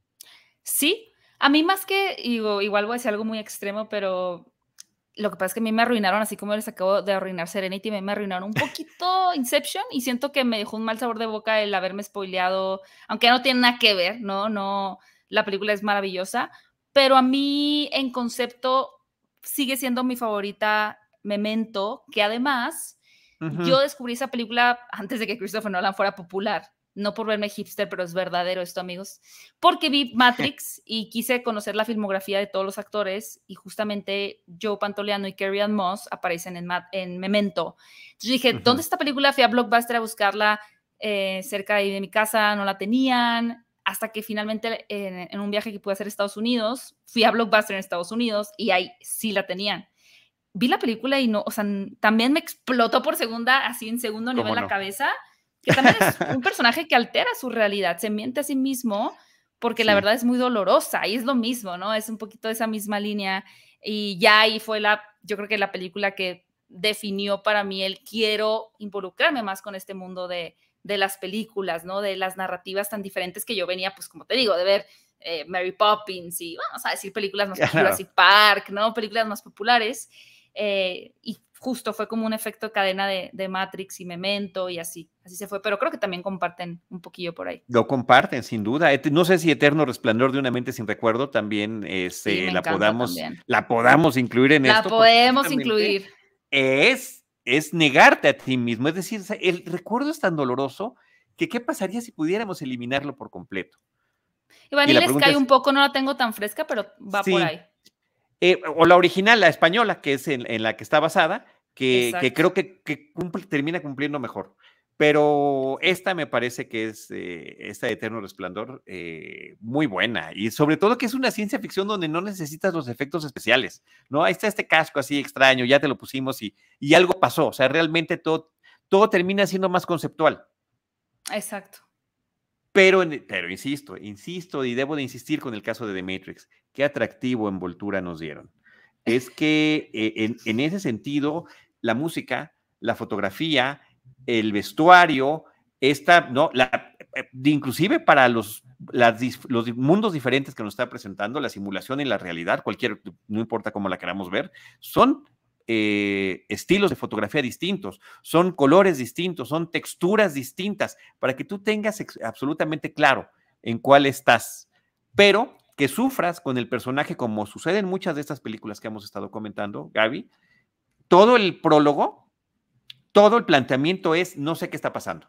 Speaker 3: Sí, a mí más que, digo, igual voy a decir algo muy extremo, pero lo que pasa es que a mí me arruinaron, así como les acabo de arruinar Serenity, me, me arruinaron un poquito Inception y siento que me dejó un mal sabor de boca el haberme spoileado, aunque no tiene nada que ver, ¿no? No, la película es maravillosa, pero a mí en concepto sigue siendo mi favorita Memento, que además uh-huh. yo descubrí esa película antes de que Christopher Nolan fuera popular. No por verme hipster, pero es verdadero esto, amigos. Porque vi Matrix y quise conocer la filmografía de todos los actores y justamente Joe Pantoliano y Carrie-Anne Moss aparecen en, en Memento. Entonces dije, uh-huh. ¿dónde está esta película? Fui a Blockbuster a buscarla eh, cerca de, de mi casa, no la tenían, hasta que finalmente en, en un viaje que pude hacer a Estados Unidos, fui a Blockbuster en Estados Unidos y ahí sí la tenían. Vi la película y no, o sea, también me explotó por segunda, así en segundo nivel no? la cabeza. Que también es un personaje que altera su realidad, se miente a sí mismo, porque sí. la verdad es muy dolorosa, y es lo mismo, ¿no? Es un poquito esa misma línea, y ya ahí fue la, yo creo que la película que definió para mí el quiero involucrarme más con este mundo de, de las películas, ¿no? De las narrativas tan diferentes que yo venía, pues como te digo, de ver eh, Mary Poppins, y vamos a decir películas más populares, Jurassic Park, ¿no? Películas más populares, eh, y justo fue como un efecto cadena de, de Matrix y Memento y así, así se fue, pero creo que también comparten un poquillo por ahí.
Speaker 2: Lo comparten, sin duda. No sé si Eterno Resplandor de una mente sin recuerdo también es, sí, eh, la, podamos, también. la podamos incluir en
Speaker 3: la
Speaker 2: esto.
Speaker 3: La podemos incluir.
Speaker 2: Es, es negarte a ti mismo, es decir, el recuerdo es tan doloroso que ¿qué pasaría si pudiéramos eliminarlo por completo?
Speaker 3: Iván, y, y les cae es, un poco, no la tengo tan fresca, pero va
Speaker 2: sí,
Speaker 3: por ahí.
Speaker 2: Eh, o la original, la española, que es en, en la que está basada, que, que creo que, que cumple, termina cumpliendo mejor. Pero esta me parece que es, eh, esta Eterno Resplandor, eh, muy buena. Y sobre todo que es una ciencia ficción donde no necesitas los efectos especiales, ¿no? Ahí está este casco así extraño, ya te lo pusimos y, y algo pasó. O sea, realmente todo, todo termina siendo más conceptual.
Speaker 3: Exacto.
Speaker 2: Pero, pero insisto, insisto y debo de insistir con el caso de The Matrix. Qué atractivo envoltura nos dieron. Es que eh, en, en ese sentido, la música, la fotografía, el vestuario, esta, ¿no? La, inclusive para los, las, los mundos diferentes que nos está presentando, la simulación y la realidad, cualquier, no importa cómo la queramos ver, son eh, estilos de fotografía distintos, son colores distintos, son texturas distintas, para que tú tengas absolutamente claro en cuál estás, pero que sufras con el personaje, como sucede en muchas de estas películas que hemos estado comentando, Gaby. Todo el prólogo, todo el planteamiento es, no sé qué está pasando.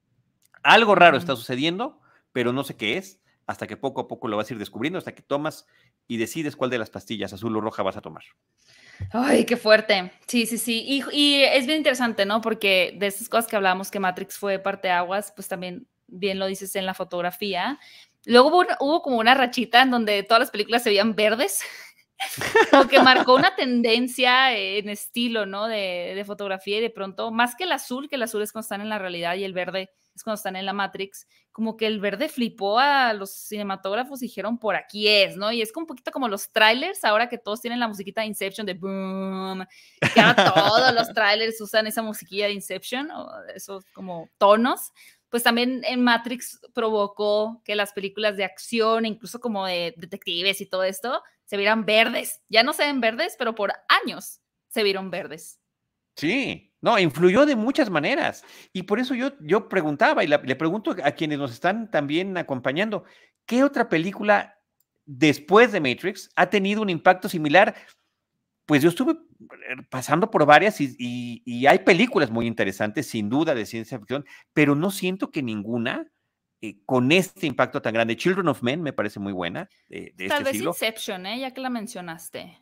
Speaker 2: Algo raro está sucediendo, pero no sé qué es, hasta que poco a poco lo vas a ir descubriendo, hasta que tomas y decides cuál de las pastillas, azul o roja, vas a tomar.
Speaker 3: Ay, qué fuerte. Sí, sí, sí. Y, y es bien interesante, ¿no? Porque de esas cosas que hablábamos, que Matrix fue parteaguas, pues también bien lo dices en la fotografía. Luego hubo, hubo como una rachita en donde todas las películas se veían verdes, como que marcó una tendencia en estilo, ¿no? De, de fotografía, y de pronto, más que el azul, que el azul es cuando están en la realidad y el verde es cuando están en la Matrix, como que el verde flipó a los cinematógrafos y dijeron, por aquí es, ¿no? Y es como un poquito como los trailers, ahora que todos tienen la musiquita de Inception de boom, que ahora todos los trailers usan esa musiquilla de Inception, o esos como tonos. Pues también en Matrix provocó que las películas de acción, incluso como de detectives y todo esto, se vieran verdes. Ya no se ven verdes, pero por años se vieron verdes.
Speaker 2: Sí, no, influyó de muchas maneras. Y por eso yo, yo preguntaba, y la, le pregunto a quienes nos están también acompañando, ¿qué otra película después de Matrix ha tenido un impacto similar? Pues yo estuve pasando por varias y, y, y hay películas muy interesantes, sin duda, de ciencia ficción, pero no siento que ninguna eh, con este impacto tan grande. Children of Men me parece muy buena. De, de
Speaker 3: Tal
Speaker 2: este
Speaker 3: vez
Speaker 2: siglo.
Speaker 3: Inception, ¿eh? Ya que la mencionaste.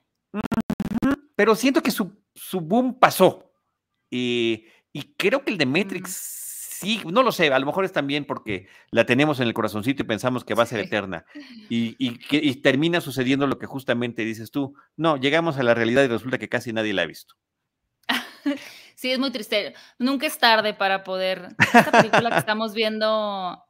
Speaker 2: Pero siento que su, su boom pasó. Y, y creo que el de Matrix, mm. sí, no lo sé, a lo mejor es también porque la tenemos en el corazoncito y pensamos que va a ser eterna. Y, y, que, y termina sucediendo lo que justamente dices tú. No, llegamos a la realidad y resulta que casi nadie la ha visto.
Speaker 3: Sí, es muy triste. Nunca es tarde para poder... Esta película que estamos viendo...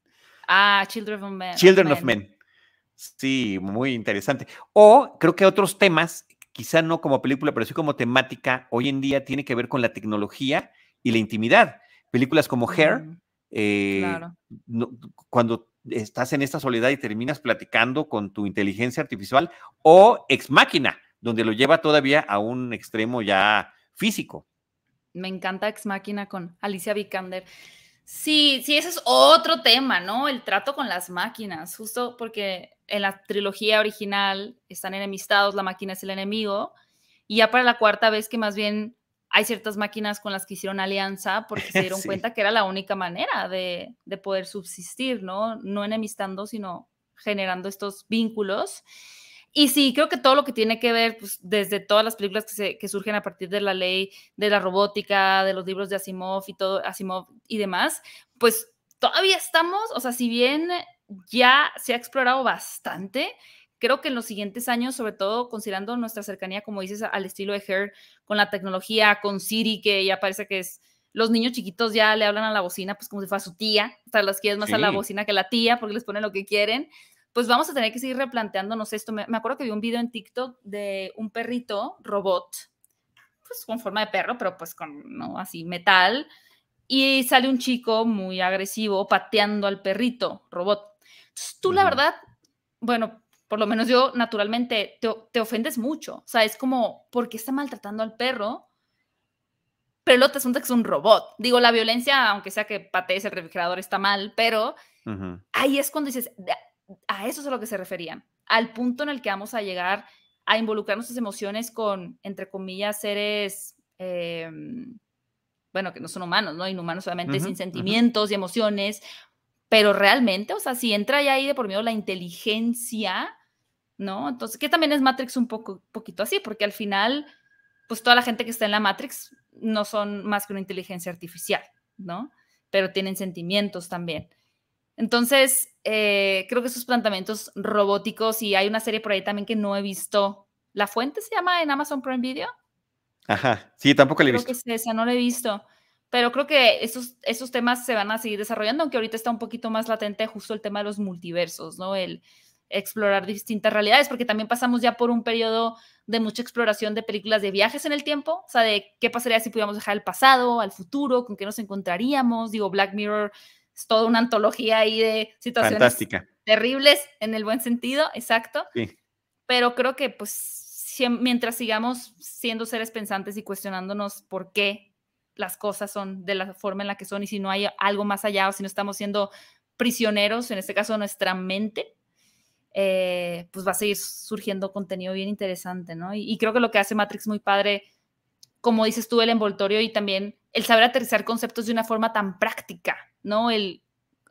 Speaker 3: Ah, Children of Men.
Speaker 2: Children of Men. of Men. Sí, muy interesante. O creo que otros temas, quizá no como película, pero sí como temática, hoy en día tiene que ver con la tecnología y la intimidad. Películas como Hair, mm, eh, claro. no, cuando estás en esta soledad y terminas platicando con tu inteligencia artificial, o Ex Machina, donde lo lleva todavía a un extremo ya físico.
Speaker 3: Me encanta Ex Machina con Alicia Vikander. Sí, sí, ese es otro tema, ¿no? El trato con las máquinas, justo porque en la trilogía original están enemistados, la máquina es el enemigo, y ya para la cuarta vez que más bien hay ciertas máquinas con las que hicieron alianza porque se dieron sí. cuenta que era la única manera de, de poder subsistir, ¿no? No enemistando, sino generando estos vínculos. Y sí, creo que todo lo que tiene que ver, pues, desde todas las películas que, se, que surgen a partir de la ley de la robótica, de los libros de Asimov y todo, Asimov y demás, pues todavía estamos, o sea, si bien ya se ha explorado bastante, creo que en los siguientes años, sobre todo considerando nuestra cercanía, como dices, al estilo de Her, con la tecnología, con Siri, que ya parece que es, los niños chiquitos ya le hablan a la bocina, pues como si fuera su tía, o sea, las quieres más sí. a la bocina que a la tía, porque les ponen lo que quieren. Pues vamos a tener que seguir replanteándonos esto. Me, me acuerdo que vi un video en TikTok de un perrito robot, pues con forma de perro, pero pues con, ¿no? Así, metal, y sale un chico muy agresivo pateando al perrito robot. Entonces, tú, uh-huh. la verdad, bueno, por lo menos yo, naturalmente, te, te ofendes mucho. O sea, es como, ¿por qué está maltratando al perro? Pero luego te asunta que es un robot. Digo, la violencia, aunque sea que patees el refrigerador, está mal, pero uh-huh. ahí es cuando dices... A eso es a lo que se referían, al punto en el que vamos a llegar a involucrar nuestras emociones con, entre comillas, seres, eh, bueno, que no son humanos, ¿no? Inhumanos solamente, uh-huh, sin sentimientos uh-huh. y emociones, pero realmente, o sea, si entra ya ahí de por medio la inteligencia, ¿no? Entonces, que también es Matrix un poco, poquito así, porque al final, pues toda la gente que está en la Matrix no son más que una inteligencia artificial, ¿no? Pero tienen sentimientos también. Entonces, eh, creo que esos planteamientos robóticos, y hay una serie por ahí también que no he visto. ¿La Fuente se llama en Amazon Prime Video?
Speaker 2: Ajá, sí, tampoco la he
Speaker 3: Creo
Speaker 2: visto.
Speaker 3: que es esa, no la he visto. Pero creo que esos, esos temas se van a seguir desarrollando, aunque ahorita está un poquito más latente justo el tema de los multiversos, ¿no? El explorar distintas realidades, porque también pasamos ya por un periodo de mucha exploración de películas de viajes en el tiempo, o sea, de qué pasaría si pudiéramos dejar el pasado, al futuro, con qué nos encontraríamos. Digo, Black Mirror es toda una antología ahí de situaciones
Speaker 2: Fantástica.
Speaker 3: Terribles, en el buen sentido, exacto.
Speaker 2: Sí.
Speaker 3: Pero creo que, pues, si, mientras sigamos siendo seres pensantes y cuestionándonos por qué las cosas son de la forma en la que son, y si no hay algo más allá, o si no estamos siendo prisioneros, en este caso nuestra mente, eh, pues va a seguir surgiendo contenido bien interesante, ¿no? Y, y creo que lo que hace Matrix muy padre, como dices tú, el envoltorio y también el saber aterrizar conceptos de una forma tan práctica, ¿no? El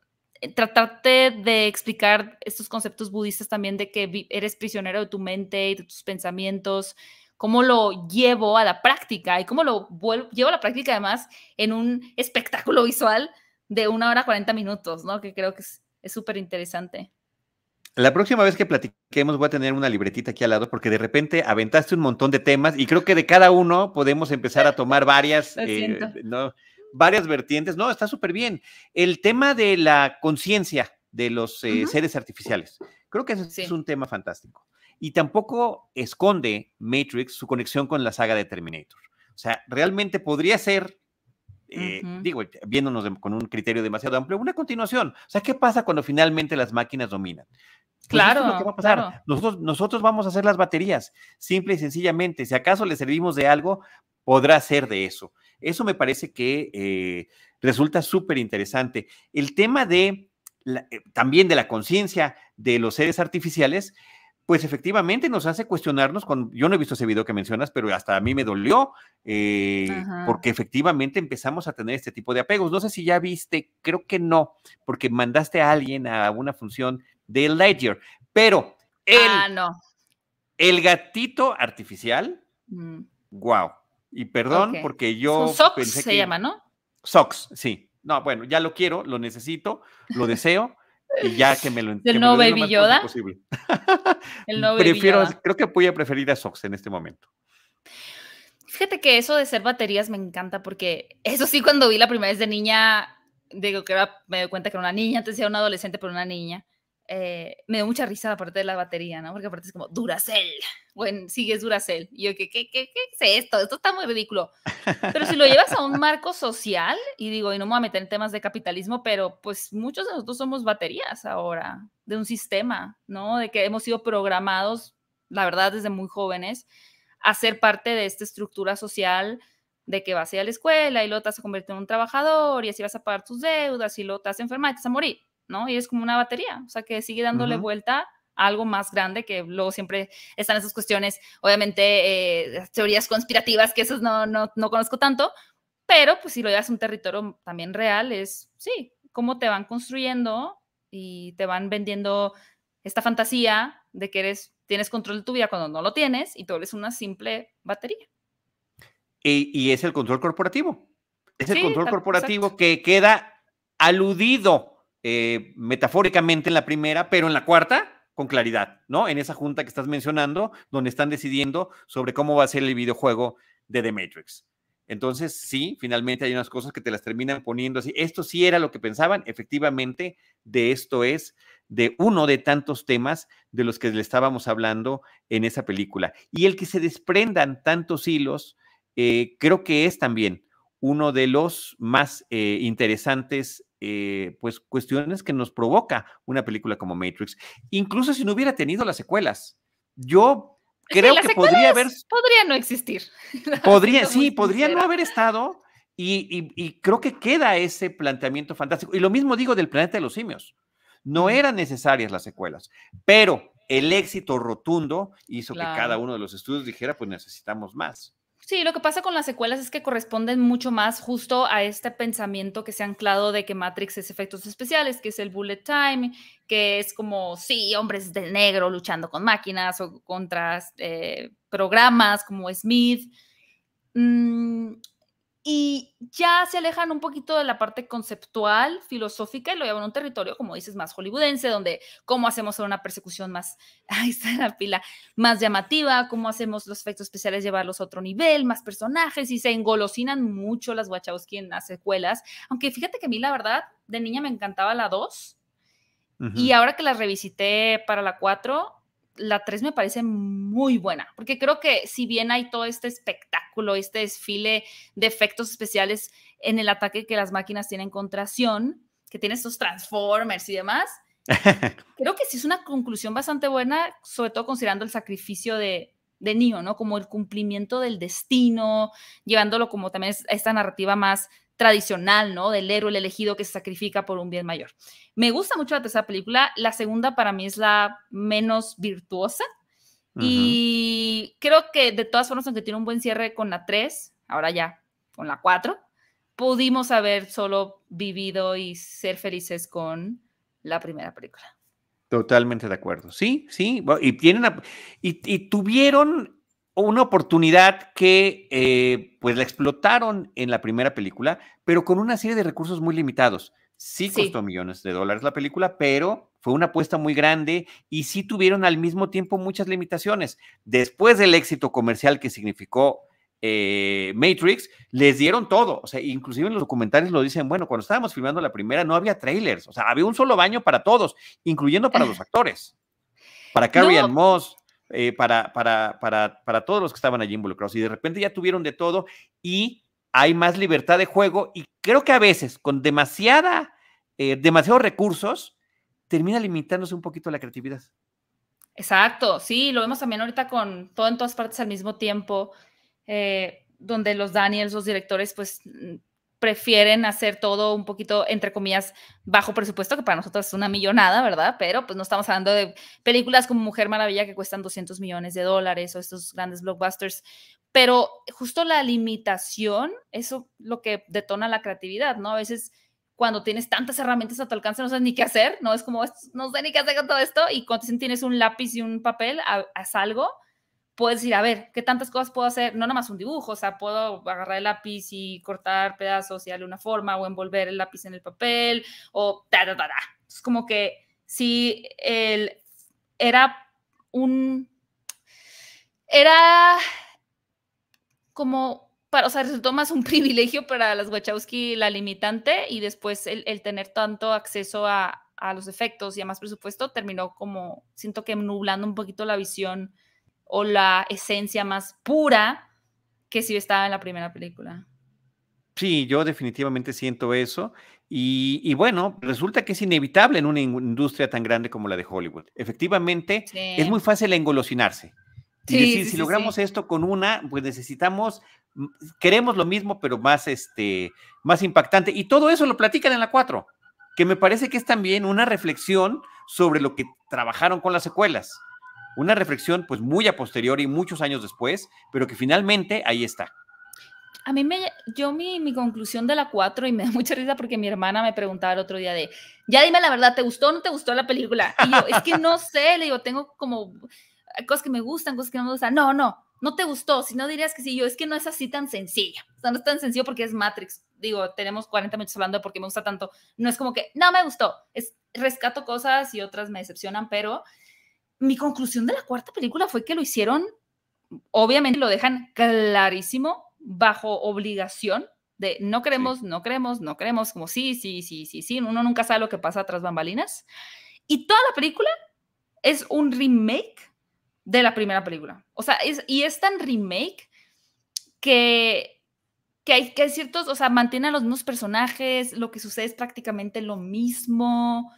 Speaker 3: tratarte de explicar estos conceptos budistas también de que eres prisionero de tu mente y de tus pensamientos, cómo lo llevo a la práctica y cómo lo vuelvo, llevo a la práctica además en un espectáculo visual de una hora cuarenta minutos, ¿no? Que creo que es súper interesante.
Speaker 2: La próxima vez que platiquemos voy a tener una libretita aquí al lado porque de repente aventaste un montón de temas y creo que de cada uno podemos empezar a tomar varias, eh, ¿no? varias vertientes. No, está súper bien. El tema de la conciencia de los eh, uh-huh. seres artificiales, creo que ese sí. es un tema fantástico. Y tampoco esconde Matrix su conexión con la saga de Terminator. O sea, realmente podría ser, eh, uh-huh. digo, viéndonos de, con un criterio demasiado amplio, una continuación. O sea, ¿qué pasa cuando finalmente las máquinas dominan? Pues
Speaker 3: claro,
Speaker 2: esto es lo que va a pasar.
Speaker 3: Claro.
Speaker 2: Nosotros, nosotros vamos a hacer las baterías, simple y sencillamente. Si acaso le servimos de algo, podrá ser de eso. Eso me parece que eh, resulta súper interesante. El tema de la, eh, también de la conciencia de los seres artificiales, pues efectivamente nos hace cuestionarnos. Con, yo no he visto ese video que mencionas, pero hasta a mí me dolió, eh, porque efectivamente empezamos a tener este tipo de apegos. No sé si ya viste, creo que no, porque mandaste a alguien a una función de Lightyear, pero el,
Speaker 3: ah, no.
Speaker 2: el gatito artificial, mm. wow. Y perdón, okay. porque yo
Speaker 3: Sox
Speaker 2: pensé
Speaker 3: se
Speaker 2: que...
Speaker 3: llama, ¿no?
Speaker 2: Sox, sí. No, bueno, ya lo quiero, lo necesito, lo deseo, y ya que me lo entiendo.
Speaker 3: ¿El nuevo Baby Yoda?
Speaker 2: Posible.
Speaker 3: El nuevo
Speaker 2: Prefiero,
Speaker 3: Baby Yoda.
Speaker 2: Creo que voy a preferir a Sox en este momento.
Speaker 3: Fíjate que eso de ser baterías me encanta, porque eso sí, cuando vi la primera vez de niña, digo que era, me doy cuenta que era una niña, antes era una adolescente, pero una niña. Eh, me dio mucha risa la parte de la batería, ¿no? Porque aparte es como Duracell, bueno, sigue es Duracell. Y yo, ¿qué, qué, qué, qué es esto? Esto está muy ridículo. Pero si lo llevas a un marco social, y digo, y no me voy a meter en temas de capitalismo, pero pues muchos de nosotros somos baterías ahora, de un sistema, ¿no? De que hemos sido programados, la verdad, desde muy jóvenes, a ser parte de esta estructura social de que vas a ir a la escuela y luego te vas a convertir en un trabajador y así vas a pagar tus deudas y luego te vas a enfermar y te vas a morir, ¿no? Y es como una batería, o sea, que sigue dándole uh-huh. vuelta a algo más grande, que luego siempre están esas cuestiones, obviamente, eh, teorías conspirativas, que esas no, no, no conozco tanto, pero pues si lo llevas a un territorio también real, es, sí, cómo te van construyendo y te van vendiendo esta fantasía de que eres, tienes control de tu vida cuando no lo tienes y tú eres una simple batería.
Speaker 2: Y, y es el control corporativo. Es el
Speaker 3: sí,
Speaker 2: control
Speaker 3: tal,
Speaker 2: corporativo
Speaker 3: exacto.
Speaker 2: que queda aludido eh, metafóricamente en la primera, pero en la cuarta con claridad, ¿no? En esa junta que estás mencionando, donde están decidiendo sobre cómo va a ser el videojuego de The Matrix. Entonces, sí, finalmente hay unas cosas que te las terminan poniendo así. Esto sí era lo que pensaban. Efectivamente, de esto es de uno de tantos temas de los que le estábamos hablando en esa película. Y el que se desprendan tantos hilos, eh, creo que es también uno de los más eh, interesantes eh, pues, cuestiones que nos provoca una película como Matrix. Incluso si no hubiera tenido las secuelas. Yo creo
Speaker 3: sí,
Speaker 2: que podría haber...
Speaker 3: Podría no existir.
Speaker 2: Podría, sí, podría no haber estado y, y, y creo que queda ese planteamiento fantástico. Y lo mismo digo del Planeta de los Simios. No mm. eran necesarias las secuelas, pero el éxito rotundo hizo claro. que cada uno de los estudios dijera, pues necesitamos más.
Speaker 3: Sí, lo que pasa con las secuelas es que corresponden mucho más justo a este pensamiento que se ha anclado de que Matrix es efectos especiales, que es el bullet time, que es como, sí, hombres de negro luchando con máquinas o contra eh, programas como Smith. mmm, y ya se alejan un poquito de la parte conceptual, filosófica, y lo llevan a un territorio, como dices, más hollywoodense, donde cómo hacemos una persecución más, ahí está la pila, más llamativa, cómo hacemos los efectos especiales llevarlos a otro nivel, más personajes, y se engolosinan mucho las Wachowski en las secuelas, aunque fíjate que a mí la verdad, de niña me encantaba la dos, uh-huh. y ahora que la revisité para la cuatro, la tres me parece muy buena, porque creo que si bien hay todo este espectáculo, este desfile de efectos especiales en el ataque que las máquinas tienen contra Sion, que tiene estos Transformers y demás, creo que sí es una conclusión bastante buena, sobre todo considerando el sacrificio de, de Neo, ¿no? Como el cumplimiento del destino, llevándolo como también esta narrativa más tradicional, ¿no? Del héroe, el elegido que se sacrifica por un bien mayor. Me gusta mucho la tercera película. La segunda para mí es la menos virtuosa. Uh-huh. Y creo que de todas formas, aunque tiene un buen cierre con la tres, ahora ya con la cuatro, pudimos haber solo vivido y ser felices con la primera película.
Speaker 2: Totalmente de acuerdo. Sí, sí. Y, tienen, y, y tuvieron una oportunidad que eh, pues la explotaron en la primera película, pero con una serie de recursos muy limitados. Sí costó sí. millones de dólares la película, pero fue una apuesta muy grande y sí tuvieron al mismo tiempo muchas limitaciones. Después del éxito comercial que significó eh, Matrix, les dieron todo. O sea, inclusive en los documentales lo dicen, bueno, cuando estábamos filmando la primera no había trailers, o sea, había un solo baño para todos, incluyendo para los actores, para Carrie Ann Moss, Eh, para, para, para, para todos los que estaban allí involucrados, y de repente ya tuvieron de todo y hay más libertad de juego, y creo que a veces con demasiada, eh, demasiados recursos termina limitándose un poquito la creatividad.
Speaker 3: Exacto, sí, lo vemos también ahorita con todo en todas partes al mismo tiempo, eh, donde los Daniels, los directores, pues prefieren hacer todo un poquito, entre comillas, bajo presupuesto, que para nosotros es una millonada, ¿verdad? Pero pues no estamos hablando de películas como Mujer Maravilla que cuestan doscientos millones de dólares o estos grandes blockbusters, pero justo la limitación, eso es lo que detona la creatividad, ¿no? A veces cuando tienes tantas herramientas a tu alcance no sabes ni qué hacer, ¿no? Es como, no sé ni qué hacer con todo esto, y cuando tienes un lápiz y un papel, haz algo. Puedes decir, a ver, ¿qué tantas cosas puedo hacer? No nada más un dibujo, o sea, puedo agarrar el lápiz y cortar pedazos y darle una forma, o envolver el lápiz en el papel, o ta, ta, ta, ta. Es como que si el, era un... Era como... Para, o sea, resultó más un privilegio para las Wachowski la limitante, y después el, el tener tanto acceso a, a los efectos y a más presupuesto terminó como, siento que nublando un poquito la visión o la esencia más pura que sí estaba en la primera película.
Speaker 2: Sí, yo definitivamente siento eso. Y, y bueno, resulta que es inevitable en una industria tan grande como la de Hollywood. Efectivamente, sí. Es muy fácil engolosinarse. Y sí, decir, sí, si sí, logramos sí. esto con una, pues necesitamos, queremos lo mismo, pero más, este, más impactante. Y todo eso lo platican en la cuatro, que me parece que es también una reflexión sobre lo que trabajaron con las secuelas. Una reflexión pues muy a posteriori, muchos años después, pero que finalmente ahí está.
Speaker 3: A mí me, yo mi, mi conclusión de la cuatro, y me da mucha risa porque mi hermana me preguntaba el otro día de, ya dime la verdad, ¿te gustó o no te gustó la película? Y yo, es que no sé, le digo, tengo como cosas que me gustan, cosas que no me gustan. No, no, no te gustó, si no dirías que sí. Yo, es que no es así tan sencilla, o sea, no es tan sencillo porque es Matrix. Digo, tenemos cuarenta minutos hablando de por qué me gusta tanto. No es como que, no me gustó, es rescato cosas y otras me decepcionan, pero mi conclusión de la cuarta película fue que lo hicieron, obviamente lo dejan clarísimo, bajo obligación de no queremos, sí. no queremos, no queremos, como sí, sí, sí, sí, sí, uno nunca sabe lo que pasa tras bambalinas. Y toda la película es un remake de la primera película. O sea, es, y es tan remake que, que, hay, que hay ciertos, o sea, mantiene a los mismos personajes, lo que sucede es prácticamente lo mismo.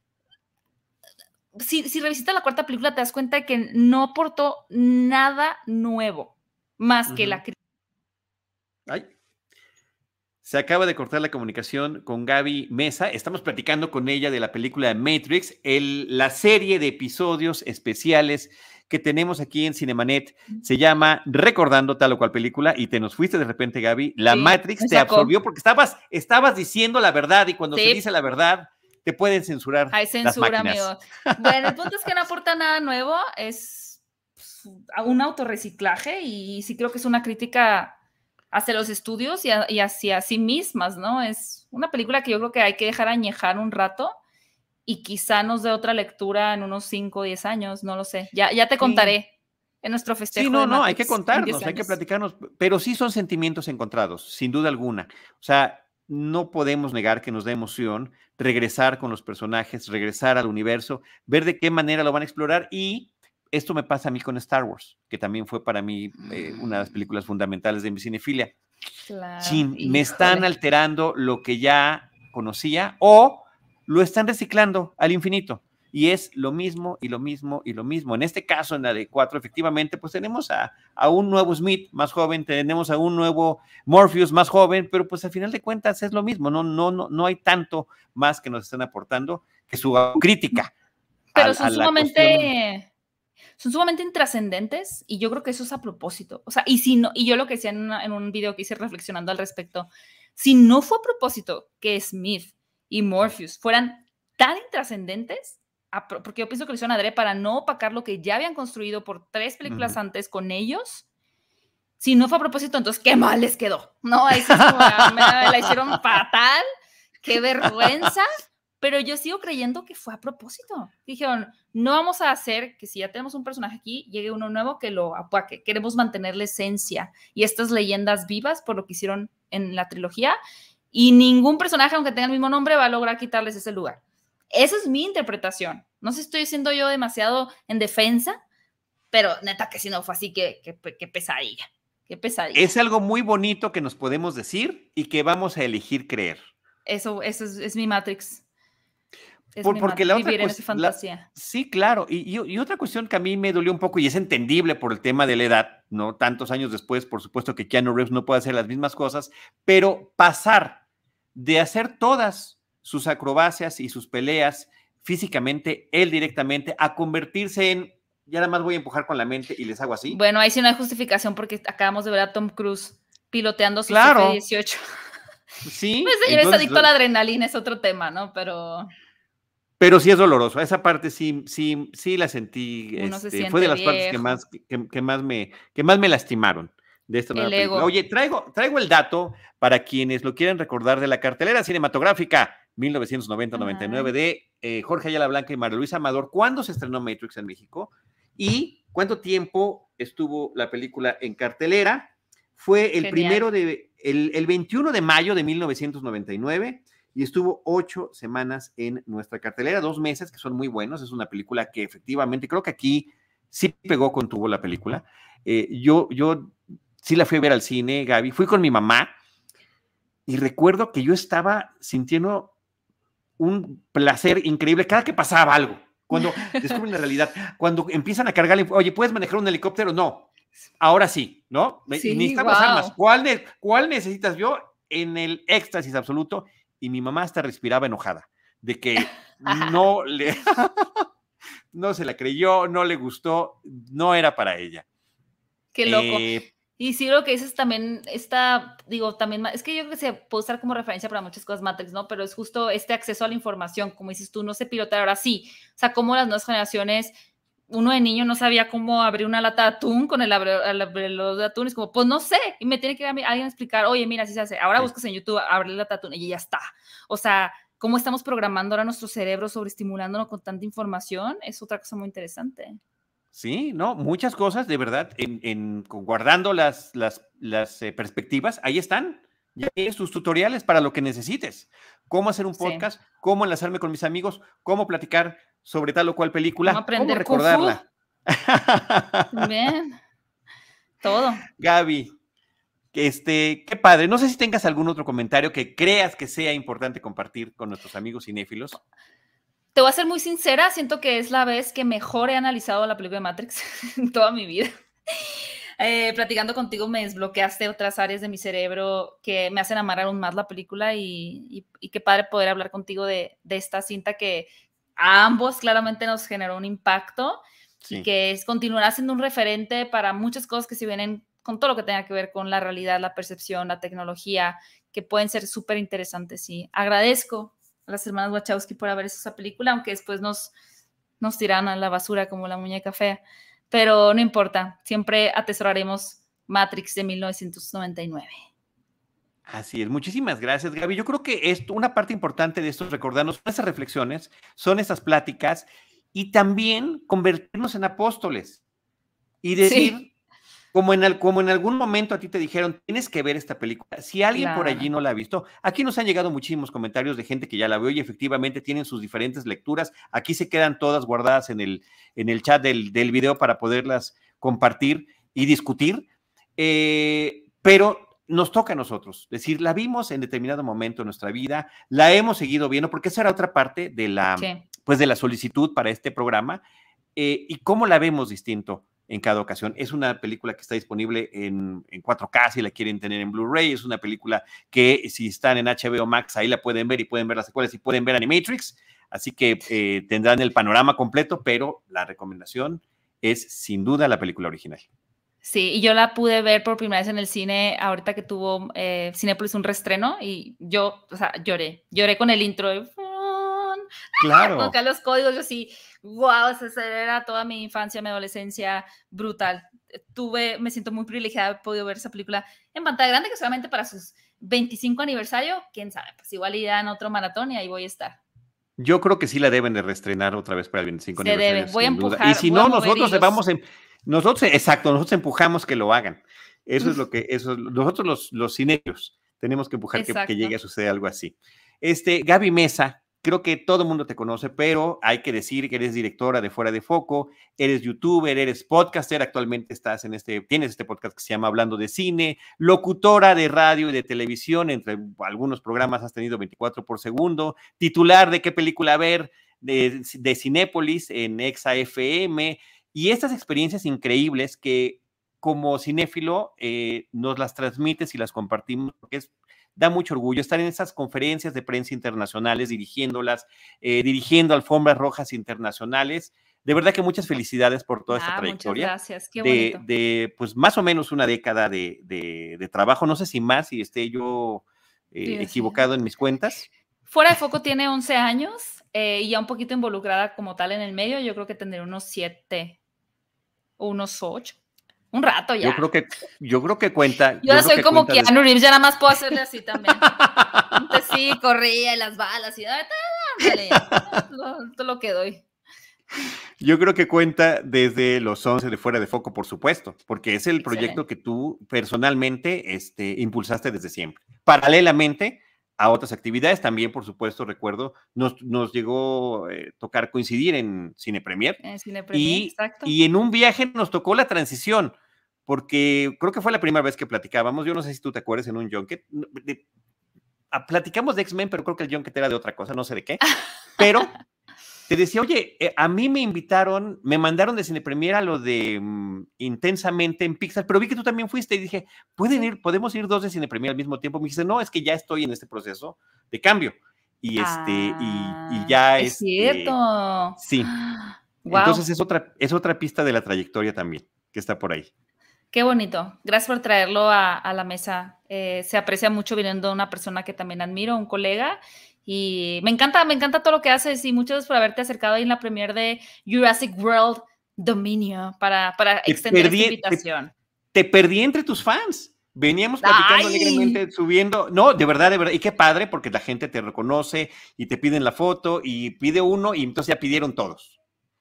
Speaker 3: Si, si revisitas la cuarta película te das cuenta de que no aportó nada nuevo, más uh-huh. que la crítica.
Speaker 2: Ay. Se acaba de cortar la comunicación con Gaby Mesa. Estamos platicando con ella de la película de Matrix, el, la serie de episodios especiales que tenemos aquí en Cinemanet. Se llama Recordando tal o cual película, y te nos fuiste de repente, Gaby. La sí, Matrix te absorbió porque estabas, estabas diciendo la verdad, y cuando sí. se dice la verdad te pueden censurar.
Speaker 3: Hay censura, amigo. Bueno, el punto es que no aporta nada nuevo, es un autorreciclaje, y sí creo que es una crítica hacia los estudios y, a, y hacia sí mismas, ¿no? Es una película que yo creo que hay que dejar añejar un rato y quizá nos dé otra lectura en unos cinco o diez años, no lo sé. Ya, ya te contaré sí. en nuestro festejo.
Speaker 2: Sí, no,
Speaker 3: de
Speaker 2: no, hay que contarnos, hay que platicarnos, pero sí son sentimientos encontrados, sin duda alguna. O sea, no podemos negar que nos da emoción regresar con los personajes, regresar al universo, ver de qué manera lo van a explorar y esto me pasa a mí con Star Wars, que también fue para mí eh, una de las películas fundamentales de mi cinefilia.
Speaker 3: Claro,
Speaker 2: Chin, me están alterando lo que ya conocía o lo están reciclando al infinito. Y es lo mismo y lo mismo y lo mismo. En este caso, en la de cuatro, efectivamente, pues tenemos a, a un nuevo Smith más joven, tenemos a un nuevo Morpheus más joven, pero pues al final de cuentas es lo mismo. No, no, no, no hay tanto más que nos están aportando que su crítica.
Speaker 3: Pero a, son a sumamente... Cuestión... Son sumamente intrascendentes y yo creo que eso es a propósito. O sea, y si no, y yo lo que decía en, una, en un video que hice reflexionando al respecto, si no fue a propósito que Smith y Morpheus fueran tan intrascendentes, porque yo pienso que lo hicieron adrede para no opacar lo que ya habían construido por tres películas uh-huh. antes con ellos, si no fue a propósito, entonces qué mal les quedó. No, eso es como, me la hicieron fatal, qué vergüenza. Pero yo sigo creyendo que fue a propósito. Dijeron, no vamos a hacer que si ya tenemos un personaje aquí, llegue uno nuevo que lo apaque. Queremos mantener la esencia y estas leyendas vivas por lo que hicieron en la trilogía. Y ningún personaje, aunque tenga el mismo nombre, va a lograr quitarles ese lugar. Esa es mi interpretación. No sé si estoy siendo yo demasiado en defensa, pero neta que si no fue así, que, que, que pesadilla. Qué pesadilla.
Speaker 2: Es algo muy bonito que nos podemos decir y que vamos a elegir creer.
Speaker 3: Eso, eso es, es mi Matrix. Es
Speaker 2: Por, porque la otra
Speaker 3: vivir en esa fantasía.
Speaker 2: La, sí, claro. Y, y, y otra cuestión que a mí me dolió un poco, y es entendible por el tema de la edad, ¿no? Tantos años después, por supuesto que Keanu Reeves no puede hacer las mismas cosas, pero pasar de hacer todas sus acrobacias y sus peleas físicamente, él directamente, a convertirse en, ya nada más voy a empujar con la mente y les hago así.
Speaker 3: Bueno, ahí sí no hay justificación porque acabamos de ver a Tom Cruise piloteando su
Speaker 2: claro.
Speaker 3: F dieciocho.
Speaker 2: Sí.
Speaker 3: Pues señor es adicto a la adrenalina, es otro tema, ¿no? Pero...
Speaker 2: Pero sí es doloroso, esa parte sí, sí, sí la sentí,
Speaker 3: Uno se
Speaker 2: este,
Speaker 3: siente
Speaker 2: fue de las
Speaker 3: viejo.
Speaker 2: partes que más, que, que más me, que más me lastimaron de esta nueva
Speaker 3: El
Speaker 2: película.
Speaker 3: ego.
Speaker 2: Oye, traigo, traigo el dato para quienes lo quieren recordar de la cartelera cinematográfica mil novecientos noventa noventa y nueve uh-huh. de eh, Jorge Ayala Blanca y María Luisa Amador. ¿Cuándo se estrenó Matrix en México? ¿Y cuánto tiempo estuvo la película en cartelera? Fue el Genial. primero de, el, el veintiuno de mayo de mil novecientos noventa y nueve. Y estuvo ocho semanas en nuestra cartelera, dos meses que son muy buenos. Es una película que efectivamente, creo que aquí sí pegó con tubo la película. Eh, yo, yo sí la fui a ver al cine, Gaby, fui con mi mamá y recuerdo que yo estaba sintiendo un placer increíble cada que pasaba algo. Cuando descubren la realidad, cuando empiezan a cargar, oye, ¿puedes manejar un helicóptero? No, ahora sí, ¿no?
Speaker 3: Sí,
Speaker 2: necesitamos
Speaker 3: wow.
Speaker 2: armas. ¿Cuál, ne- ¿Cuál necesitas? Yo en el éxtasis absoluto. Y mi mamá hasta respiraba enojada, de que no le, no se la creyó, no le gustó, no era para ella.
Speaker 3: Qué loco. Eh, y sí, lo que dices también, está, digo, también, es que yo creo que se puede usar como referencia para muchas cosas Matrix, ¿no? Pero es justo este acceso a la información, como dices tú, no se pilota, ahora sí. O sea, como las nuevas generaciones, uno de niño no sabía cómo abrir una lata de atún con el abredor de atún, es como, pues no sé, y me tiene que alguien explicar, oye, mira, así se hace, ahora sí. buscas en YouTube, abre la lata de atún, y ya está. O sea, cómo estamos programando ahora nuestro cerebro, sobreestimulándonos con tanta información, es otra cosa muy interesante.
Speaker 2: Sí, no, muchas cosas, de verdad, en, en guardando las, las, las eh, perspectivas, ahí están, ya tienes tus tutoriales para lo que necesites, cómo hacer un podcast, sí. cómo enlazarme con mis amigos, cómo platicar sobre tal o cual película,
Speaker 3: cómo aprender
Speaker 2: cómo recordarla.
Speaker 3: Bien, todo.
Speaker 2: Gaby, este, qué padre, no sé si tengas algún otro comentario que creas que sea importante compartir con nuestros amigos cinéfilos.
Speaker 3: Te voy a ser muy sincera, siento que es la vez que mejor he analizado la película de Matrix en toda mi vida. Eh, platicando contigo me desbloqueaste otras áreas de mi cerebro que me hacen amar aún más la película y, y, y qué padre poder hablar contigo de, de esta cinta que a ambos claramente nos generó un impacto sí. y que es, continuará siendo un referente para muchas cosas que se vienen con todo lo que tenga que ver con la realidad, la percepción, la tecnología, que pueden ser súper interesantes. Y agradezco a las hermanas Wachowski por haber hecho esa película, aunque después nos, nos tiran a la basura como la muñeca fea, pero no importa, siempre atesoraremos Matrix de mil novecientos noventa y nueve.
Speaker 2: Así es, muchísimas gracias, Gaby. Yo creo que esto, una parte importante de esto es recordarnos son esas reflexiones, son esas pláticas y también convertirnos en apóstoles y decir, sí. como, en el, como en algún momento a ti te dijeron, tienes que ver esta película. Si alguien claro. por allí no la ha visto, aquí nos han llegado muchísimos comentarios de gente que ya la vio y efectivamente tienen sus diferentes lecturas. Aquí se quedan todas guardadas en el, en el chat del, del video para poderlas compartir y discutir. Eh, pero nos toca a nosotros, es decir, la vimos en determinado momento de nuestra vida, la hemos seguido viendo, porque esa era otra parte de la, sí. pues de la solicitud para este programa, eh, y cómo la vemos distinto en cada ocasión. Es una película que está disponible en, en cuatro K, si la quieren tener en Blu-ray, es una película que si están en H B O Max, ahí la pueden ver y pueden ver las secuelas y pueden ver Animatrix, así que eh, tendrán el panorama completo, pero la recomendación es sin duda la película original.
Speaker 3: Sí, y yo la pude ver por primera vez en el cine ahorita que tuvo eh, Cinépolis un reestreno y yo, o sea, lloré, lloré con el intro de...
Speaker 2: Claro.
Speaker 3: Con acá los códigos, yo sí, wow, esa era toda mi infancia, mi adolescencia, brutal. Tuve, me siento muy privilegiada de haber podido ver esa película en pantalla grande, que solamente para sus veinticinco aniversario, quién sabe, pues igual irá en otro maratón y ahí voy a estar.
Speaker 2: Yo creo que sí la deben de reestrenar otra vez para el veinticinco
Speaker 3: Se
Speaker 2: aniversario.
Speaker 3: debe, voy a empujar.
Speaker 2: Duda. Y si no, nosotros le vamos en... Nosotros, exacto, nosotros empujamos que lo hagan. Eso es lo que, eso, nosotros los, los cinéfilos tenemos que empujar que, que llegue a suceder algo así. Este, Gaby Mesa, creo que todo el mundo te conoce, pero hay que decir que eres directora de Fuera de Foco, eres youtuber, eres podcaster, actualmente estás en este, tienes este podcast que se llama Hablando de Cine, locutora de radio y de televisión, entre algunos programas has tenido veinticuatro por segundo, titular de Qué película ver, de, de Cinépolis en Exa F M, y estas experiencias increíbles que como cinéfilo eh, nos las transmites y las compartimos, porque es, da mucho orgullo estar en esas conferencias de prensa internacionales, dirigiéndolas, eh, dirigiendo alfombras rojas internacionales. De verdad que muchas felicidades por toda ah, esta trayectoria.
Speaker 3: Muchas gracias, qué
Speaker 2: bonito.
Speaker 3: De,
Speaker 2: de, pues, más o menos una década de, de, de trabajo, no sé si más, si esté yo eh, sí, equivocado sí. en mis cuentas.
Speaker 3: Fuera de Foco tiene once años eh, y ya un poquito involucrada como tal en el medio, yo creo que tendré unos siete o unos ocho. Un rato ya.
Speaker 2: Yo creo que, yo creo que cuenta.
Speaker 3: Yo, yo soy
Speaker 2: que
Speaker 3: como Keanu
Speaker 2: de...
Speaker 3: Reeves, ya nada más puedo hacerle así también. Antes sí, corría y las balas y dale, todo lo que doy.
Speaker 2: Yo creo que cuenta desde los once de Fuera de Foco, por supuesto, porque es el Excelente. proyecto que tú personalmente este, impulsaste desde siempre. Paralelamente a otras actividades, también, por supuesto, recuerdo, nos, nos llegó a eh, tocar coincidir en Cine Premier.
Speaker 3: En Cine Premier,
Speaker 2: y,
Speaker 3: exacto.
Speaker 2: Y en un viaje nos tocó la transición, porque creo que fue la primera vez que platicábamos, yo no sé si tú te acuerdas, en un junket, de, de, a, platicamos de X-Men, pero creo que el junket era de otra cosa, no sé de qué, pero te decía, oye, eh, a mí me invitaron, me mandaron de Cine Premier a lo de um, Intensamente en Pixar, pero vi que tú también fuiste y dije, ¿pueden ir, podemos ir dos de Cine Premier al mismo tiempo? Me dice, no, es que ya estoy en este proceso de cambio. Y este,
Speaker 3: ah,
Speaker 2: y, y ya
Speaker 3: es
Speaker 2: este,
Speaker 3: cierto.
Speaker 2: Sí. Wow. Entonces es otra, es otra pista de la trayectoria también, que está por ahí.
Speaker 3: Qué bonito. Gracias por traerlo a, a la mesa. Eh, se aprecia mucho viniendo de una persona que también admiro, un colega. Y me encanta, me encanta todo lo que haces y muchas gracias por haberte acercado ahí en la premiere de Jurassic World Dominion para, para extender esta invitación.
Speaker 2: Te, te perdí entre tus fans. Veníamos platicando Ay. alegremente, subiendo. No, de verdad, de verdad. Y qué padre, porque la gente te reconoce y te piden la foto y pide uno y entonces ya pidieron todos.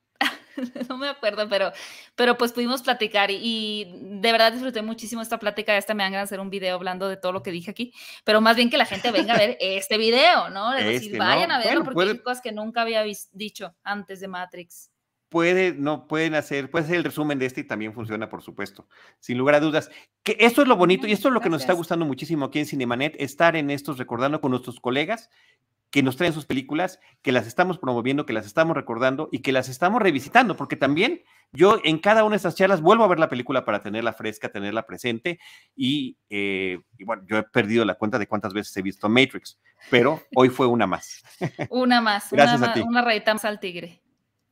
Speaker 3: No me acuerdo, pero, pero pues pudimos platicar y, y de verdad disfruté muchísimo esta plática. Esta me van a hacer un video hablando de todo lo que dije aquí, pero más bien que la gente venga a ver este video, ¿no? Es decir, este, vayan no. a verlo bueno, porque puede... hay cosas que nunca había dicho antes de Matrix.
Speaker 2: Puede, no, pueden hacer, puede ser el resumen de este y también funciona, por supuesto, sin lugar a dudas. Que esto es lo bonito y esto es lo Gracias. que nos está gustando muchísimo aquí en Cinemanet, estar en estos recordando con nuestros colegas que nos traen sus películas, que las estamos promoviendo, que las estamos recordando y que las estamos revisitando, porque también yo en cada una de estas charlas vuelvo a ver la película para tenerla fresca, tenerla presente y, eh, y bueno, yo he perdido la cuenta de cuántas veces he visto Matrix, pero hoy fue una más.
Speaker 3: Una más,
Speaker 2: gracias
Speaker 3: una,
Speaker 2: a ti.
Speaker 3: Una rayita más al tigre.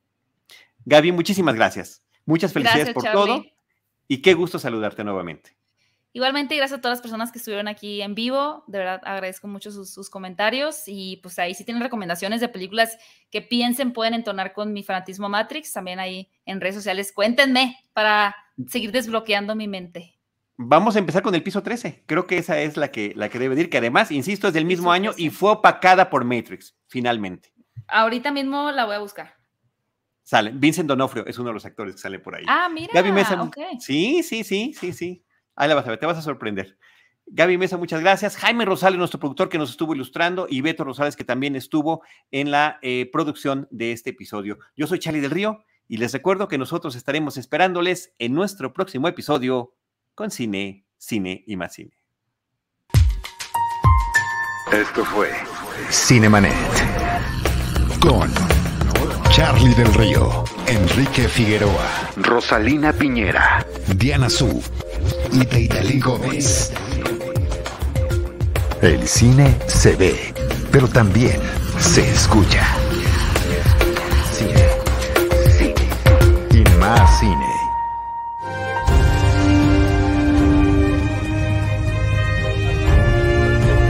Speaker 2: Gaby, muchísimas gracias. Muchas felicidades
Speaker 3: gracias,
Speaker 2: por
Speaker 3: Charlie.
Speaker 2: todo y qué gusto saludarte nuevamente.
Speaker 3: Igualmente, gracias a todas las personas que estuvieron aquí en vivo. De verdad, agradezco mucho sus, sus comentarios. Y pues ahí si tienen recomendaciones de películas que piensen pueden entonar con mi fanatismo Matrix. También ahí en redes sociales, cuéntenme para seguir desbloqueando mi mente.
Speaker 2: Vamos a empezar con el piso trece. Creo que esa es la que, la que debe ir, que además, insisto, es del mismo año y fue opacada por Matrix, finalmente.
Speaker 3: Ahorita mismo la voy a buscar.
Speaker 2: Sale. Vincent D'Onofrio es uno de los actores que sale por ahí.
Speaker 3: Ah, mira.
Speaker 2: Gaby Mesa.
Speaker 3: Okay.
Speaker 2: Sí, sí, sí, sí, sí. Ahí la vas a ver, te vas a sorprender. Gaby Mesa, muchas gracias. Jaime Rosales, nuestro productor que nos estuvo ilustrando, y Beto Rosales, que también estuvo en la eh, producción de este episodio. Yo soy Charlie del Río y les recuerdo que nosotros estaremos esperándoles en nuestro próximo episodio con Cine, Cine y más Cine.
Speaker 1: Esto fue Cinemanet con Charlie del Río, Enrique Figueroa, Rosalina Piñera, Diana Su y Deidali Gómez. El cine se ve, pero también se escucha. Cine, cine y más cine.